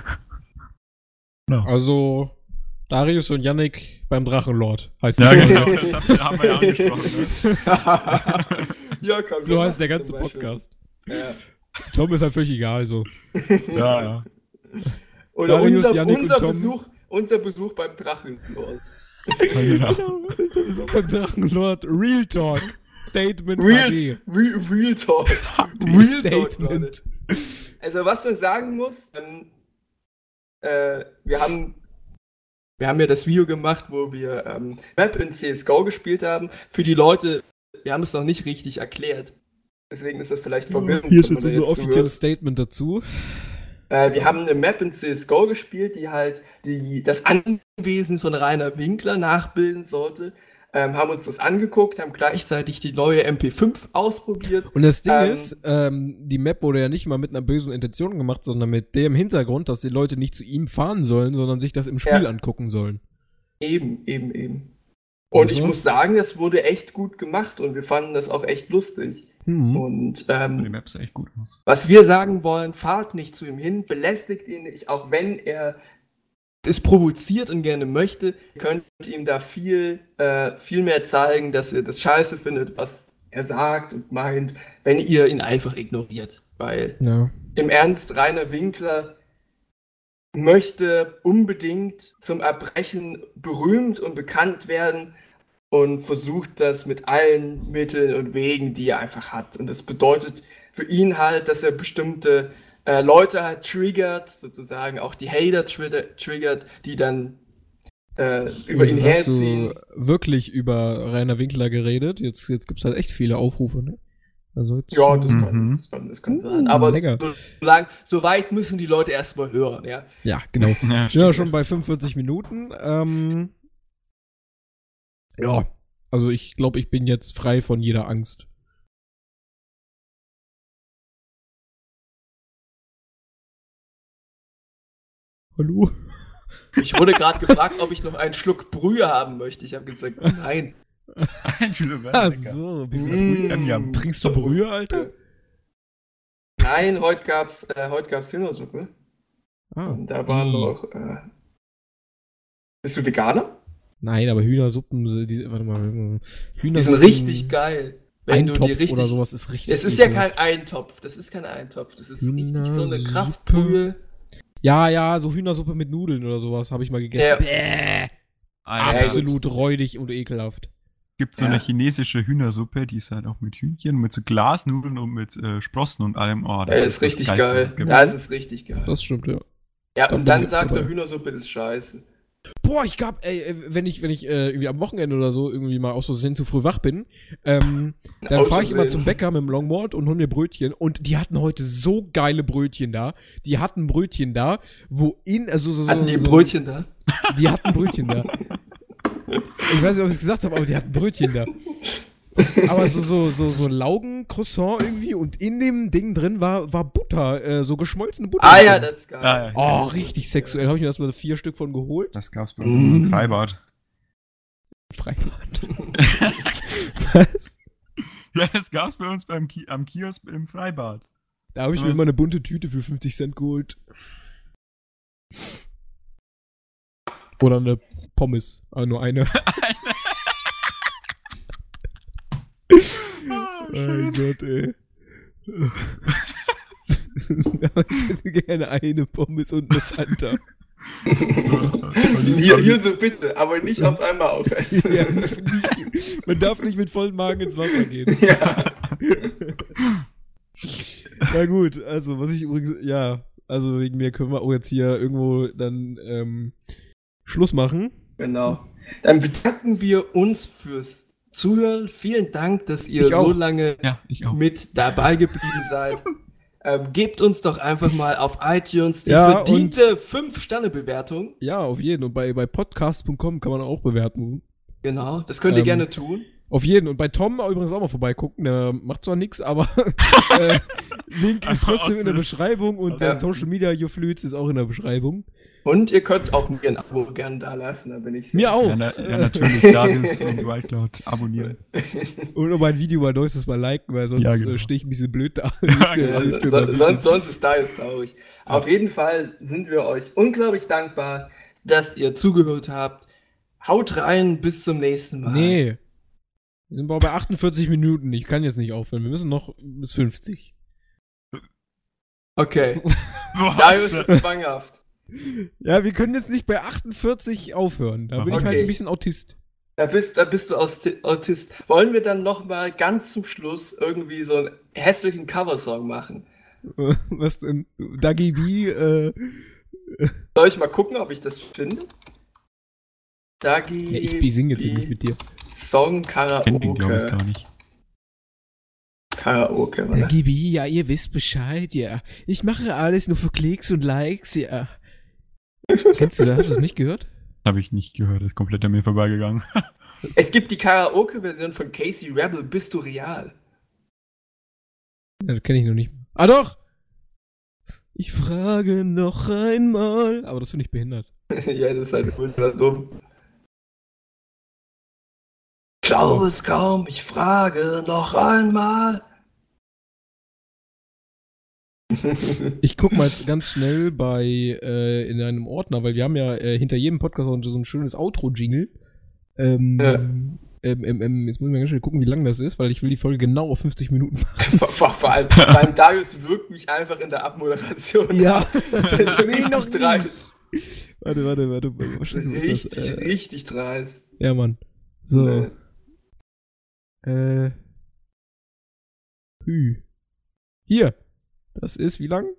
S2: Also, Darius und Yannick beim Drachenlord heißt
S3: Ja,
S2: die
S3: genau,
S2: Folge.
S3: das haben, haben wir ja angesprochen. Ne?
S1: Ja, kann
S2: So
S1: man
S2: heißt der
S1: zum
S2: ganze
S1: Beispiel.
S2: Podcast.
S1: Ja.
S2: Tom ist halt völlig egal, so.
S3: Ja, ja.
S1: Oder
S2: Darius,
S1: unser,
S2: Yannick und
S1: unser,
S2: Tom.
S1: Besuch, unser Besuch beim Drachenlord.
S3: Genau.
S2: Genau, so beim Drachenlord. Real Talk. Statement
S1: Real,
S2: H D.
S1: Real, Real Talk. Real Talk,
S2: Statement.
S1: Leute. Also was man sagen muss, dann, äh, wir haben wir haben ja das Video gemacht, wo wir ähm, Map in C S G O gespielt haben. Für die Leute, wir haben es noch nicht richtig erklärt. Deswegen ist das vielleicht verwirrend.
S2: Hier ist
S1: wenn
S2: jetzt
S1: man da
S2: unser
S1: jetzt
S2: offizielles
S1: zuhört.
S2: Statement dazu.
S1: Äh, wir haben eine Map in C S G O gespielt, die halt die, das Anwesen von Rainer Winkler nachbilden sollte. Ähm, haben uns das angeguckt, haben gleichzeitig die neue M P fünf ausprobiert.
S2: Und das Ding
S1: Ähm,
S2: ist, ähm, die Map wurde ja nicht mal mit einer bösen Intention gemacht, sondern mit dem Hintergrund, dass die Leute nicht zu ihm fahren sollen, sondern sich das im Spiel
S1: Ja.
S2: angucken sollen.
S1: Eben, eben, eben. Und ich
S2: Also?
S1: muss sagen, das wurde echt gut gemacht und wir fanden das auch echt lustig.
S2: Mhm.
S1: Und
S3: Die
S1: ähm,
S3: Map sah echt gut aus.
S1: was wir sagen wollen, fahrt nicht zu ihm hin, belästigt ihn nicht, auch wenn er es provoziert und gerne möchte, ihr könnt ihm da viel, äh, viel mehr zeigen, dass ihr das scheiße findet, was er sagt und meint, wenn ihr ihn einfach ignoriert. Weil
S2: Ja.
S1: im Ernst, Rainer Winkler möchte unbedingt zum Erbrechen berühmt und bekannt werden und versucht das mit allen Mitteln und Wegen, die er einfach hat. Und das bedeutet für ihn halt, dass er bestimmte äh, Leute halt triggert, sozusagen auch die Hater trigger, triggert, die dann äh, über ihn
S2: Jetzt hast
S1: herziehen.
S2: du wirklich über Rainer Winkler geredet. Jetzt, jetzt gibt's halt echt viele Aufrufe, ne? Also jetzt,
S1: Ja, das,
S3: Mhm.
S1: kann, das, kann, das kann sein.
S2: Uh,
S1: Aber
S2: lecker.
S1: so, lang, so weit müssen die Leute erstmal hören, ja.
S2: Ja, genau.
S3: Ja,
S2: Ja, schon bei fünfundvierzig Minuten. Ähm, ja, also ich glaube, ich bin jetzt frei von jeder Angst. Hallo?
S1: Ich wurde gerade gefragt, ob ich noch einen Schluck Brühe haben möchte. Ich habe gesagt, nein.
S3: Entschuldigung.
S2: Ach so, bist du
S1: Mm.
S3: Amiam.
S2: Trinkst du Brühe, Alter?
S1: Nein, heute gab's, äh, heute gab's Hühnersuppe.
S2: Ah.
S1: Und da waren
S2: Mm.
S1: noch. Äh, bist du Veganer?
S2: Nein, aber Hühnersuppen, die, warte mal, Hühnersuppen.
S1: Die sind richtig geil. Wenn du die
S2: Eintopf
S1: richtig.
S2: oder sowas ist richtig.
S1: Es ist ja
S2: ekelhaft.
S1: kein Eintopf. Das ist kein Eintopf. Das ist richtig so eine
S2: Hühnersuppe.
S1: Kraftbrühe.
S2: Ja, ja, so Hühnersuppe mit Nudeln oder sowas habe ich mal gegessen.
S1: Ja.
S2: Bäh,
S3: Alter,
S2: absolut räudig und ekelhaft.
S3: gibt so
S1: Ja.
S3: eine chinesische Hühnersuppe, die ist halt auch mit Hühnchen, mit so Glasnudeln und mit äh, Sprossen und allem. Oh,
S1: Das, ist richtig
S3: das Geilste,
S1: geil.
S3: was es gibt.
S1: Ja, es ist richtig geil.
S2: Das stimmt, ja.
S1: Ja,
S2: da
S1: und
S2: bin
S1: dann
S2: ich
S1: sagt
S2: dabei.
S1: er, Hühnersuppe ist scheiße.
S2: Boah, ich gab, ey, äh, wenn ich, wenn ich äh, irgendwie am Wochenende oder so irgendwie mal aus Versehen zu früh wach bin, ähm, dann
S1: Aus
S2: fahre ich immer
S1: Versehen.
S2: zum Bäcker mit dem Longboard und hol mir Brötchen. Und die hatten heute so geile Brötchen da. Die hatten Brötchen da, wo in, also so, so
S1: Hatten die
S2: so,
S1: Brötchen da?
S2: Die hatten Brötchen da. Ich weiß nicht, ob ich es gesagt habe, aber die hatten Brötchen da. Aber so, so, so, so Laugen-Croissant irgendwie und in dem Ding drin war, war Butter, äh, so geschmolzene Butter.
S1: Ah ja, das ist geil.
S3: Ah, ja.
S2: Oh, richtig sexuell. Habe ich mir erstmal vier Stück von geholt.
S3: Das gab's bei uns
S1: Mm.
S3: im Freibad.
S2: Freibad. Was?
S3: Ja, das gab's bei uns beim Ki am Kiosk im Freibad.
S2: Da habe ich mir
S3: Was?
S2: immer eine bunte Tüte für fünfzig Cent geholt. Oder eine Pommes. Aber nur eine.
S3: Oh,
S2: Mein Gott, ey. Aber ich hätte gerne eine Pommes und eine Fanta.
S1: Hier, hier so bitte, aber nicht auf einmal aufessen.
S2: Ja, nicht, man darf nicht mit vollem Magen ins Wasser gehen.
S1: Ja.
S2: Na gut, also was ich übrigens, ja, also wegen mir können wir auch jetzt hier irgendwo dann ähm, Schluss machen.
S1: Genau. Dann bedanken wir uns fürs Zuhören. Vielen Dank, dass ihr
S2: Ich
S1: so
S2: auch.
S1: lange
S3: Ja, ich auch.
S1: mit dabei geblieben seid. Ähm, gebt uns doch einfach mal auf iTunes die
S2: Ja,
S1: verdiente fünf Sterne Bewertung.
S2: Ja, auf jeden. Und bei, bei podcast punkt com kann man auch bewerten.
S1: Genau, das könnt ihr
S2: Ähm,
S1: gerne tun.
S2: Auf jeden. Und bei Tom übrigens auch mal vorbeigucken. Der macht zwar nichts, aber äh, Link ist
S3: Also
S2: trotzdem in der
S3: aus-
S2: Beschreibung und
S3: aus-
S2: sein
S1: Ja.
S2: Social Media Juflüts ist auch in der Beschreibung.
S1: Und ihr könnt auch mir ein Abo gerne da lassen, da bin ich sehr.
S2: Mir auch.
S3: Ja, na, ja natürlich, Darius und Wildcloud abonnieren.
S2: Und um mein Video mal neuestes mal liken, weil sonst
S3: Ja, genau.
S2: äh, stehe ich ein bisschen blöd da.
S3: Ja,
S1: Ja,
S2: Hilft mir
S1: so,
S2: mal ein bisschen.
S1: sonst, sonst ist da jetzt traurig. Auf jeden Fall sind wir euch unglaublich dankbar, dass ihr zugehört habt. Haut rein, bis zum nächsten Mal.
S2: Nee. Wir sind bei achtundvierzig Minuten. Ich kann jetzt nicht aufhören. Wir müssen noch bis fünfzig.
S1: Okay.
S3: Boah,
S1: Darius ist zwanghaft.
S2: Ja, wir können jetzt nicht bei achtundvierzig aufhören. Da bin ich
S1: Okay.
S2: halt ein bisschen Autist.
S1: Da bist, da bist du Austi- Autist. Wollen wir dann noch mal ganz zum Schluss irgendwie so einen hässlichen Coversong machen?
S2: Was denn? Dagi B, äh,
S1: Soll ich mal gucken, ob ich das finde? Dagi
S2: ja, ich singe jetzt hier nicht mit dir.
S1: Song
S3: kenn den, glaube ich,
S1: Karaoke.
S3: gar nicht.
S1: Karaoke, oder?
S2: Dagi B, ja, ihr wisst Bescheid, ja. Ich mache alles nur für Klicks und Likes, ja. Kennst du das? Hast du das nicht gehört?
S3: Habe ich nicht gehört, ist komplett an mir vorbeigegangen.
S1: Es gibt die Karaoke-Version von Casey Rebel, Bist du real?
S2: Ja, das kenne ich noch nicht. Ah, doch! Ich frage noch einmal. Aber das finde ich behindert.
S1: Ja, das ist halt ultra dumm. Glaube es kaum, ich frage noch einmal.
S2: Ich guck mal jetzt ganz schnell bei äh, in einem Ordner, weil wir haben ja äh, hinter jedem Podcast auch so ein schönes Outro-Jingle. Ähm,
S1: Ja.
S2: ähm, ähm, ähm, jetzt muss ich mal ganz schnell gucken, wie lang das ist, weil ich will die Folge genau auf fünfzig Minuten machen.
S1: vor, vor, vor allem, beim Darius wirkt mich einfach in der Abmoderation.
S2: Ja.
S1: Das ist richtig dreist.
S2: Warte, warte, warte. warte was ist das?
S1: Richtig,
S2: Äh,
S1: richtig dreist.
S2: ja, Mann. So.
S1: Nee.
S2: Äh. Hü. Hier. Das ist wie lang?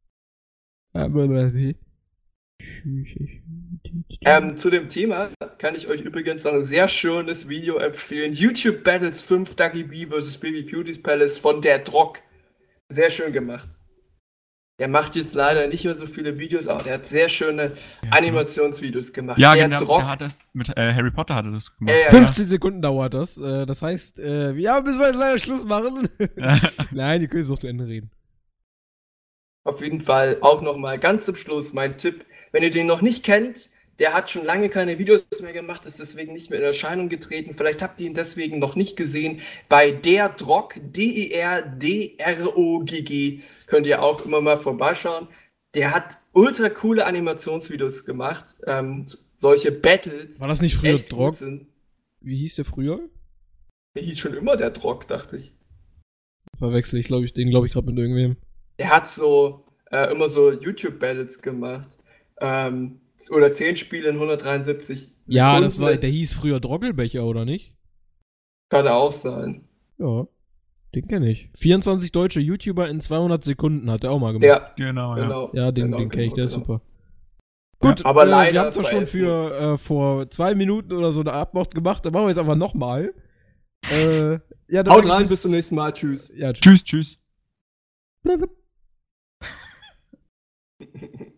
S1: Ähm, zu dem Thema kann ich euch übrigens noch ein sehr schönes Video empfehlen. YouTube Battles fünf Dougie B versus Baby Beauty's Palace von der Drock. Sehr schön gemacht. Der macht jetzt leider nicht mehr so viele Videos, aber der hat sehr schöne
S3: Ja,
S1: Animationsvideos gemacht.
S3: Ja,
S1: der
S3: genau.
S1: Drock,
S3: Der hat das mit äh, Harry Potter hat er das gemacht.
S1: Ja, ja,
S2: fünfzehn Sekunden dauert das. Äh, das heißt, äh, ja, müssen wir jetzt leider Schluss machen. Nein, ihr könnt es doch zu Ende reden.
S1: auf jeden Fall auch nochmal ganz zum Schluss mein Tipp. Wenn ihr den noch nicht kennt, der hat schon lange keine Videos mehr gemacht, ist deswegen nicht mehr in Erscheinung getreten. Vielleicht habt ihr ihn deswegen noch nicht gesehen. Bei der Drock, D E R D R O G G, könnt ihr auch immer mal vorbeischauen. Der hat ultra coole Animationsvideos gemacht. Ähm, solche Battles.
S2: War das nicht früher
S1: echt gut
S2: Drock?
S1: sind.
S2: Wie hieß der früher?
S1: Der hieß schon immer der Drock, dachte ich.
S2: Verwechsel ich, glaube ich, den glaube ich gerade mit irgendwem.
S1: Der hat so äh, immer so YouTube-Battles gemacht. Ähm, oder zehn Spiele in hundertdreiundsiebzig
S2: Ja,
S1: Sekunden.
S2: das war, der hieß früher Droggelbecher, oder nicht?
S1: Kann auch sein.
S2: Ja, den kenne ich. vierundzwanzig deutsche YouTuber in zweihundert Sekunden hat er auch mal gemacht.
S1: Ja,
S3: Genau, ja.
S1: genau.
S2: Ja, den,
S1: genau,
S2: den kenne ich, der ist
S1: genau.
S2: super. Gut,
S1: aber
S2: äh,
S1: leider
S2: wir haben es ja
S1: bei
S2: schon
S1: Elfen-
S2: für äh, vor zwei Minuten oder so eine Abmacht gemacht, dann machen wir jetzt einfach nochmal. Äh, ja, dann
S1: Haut
S2: sag ich
S1: rein,
S2: bis-
S1: bis zum nächsten Mal. Tschüss.
S2: Ja, tschüss.
S3: Tschüss, tschüss.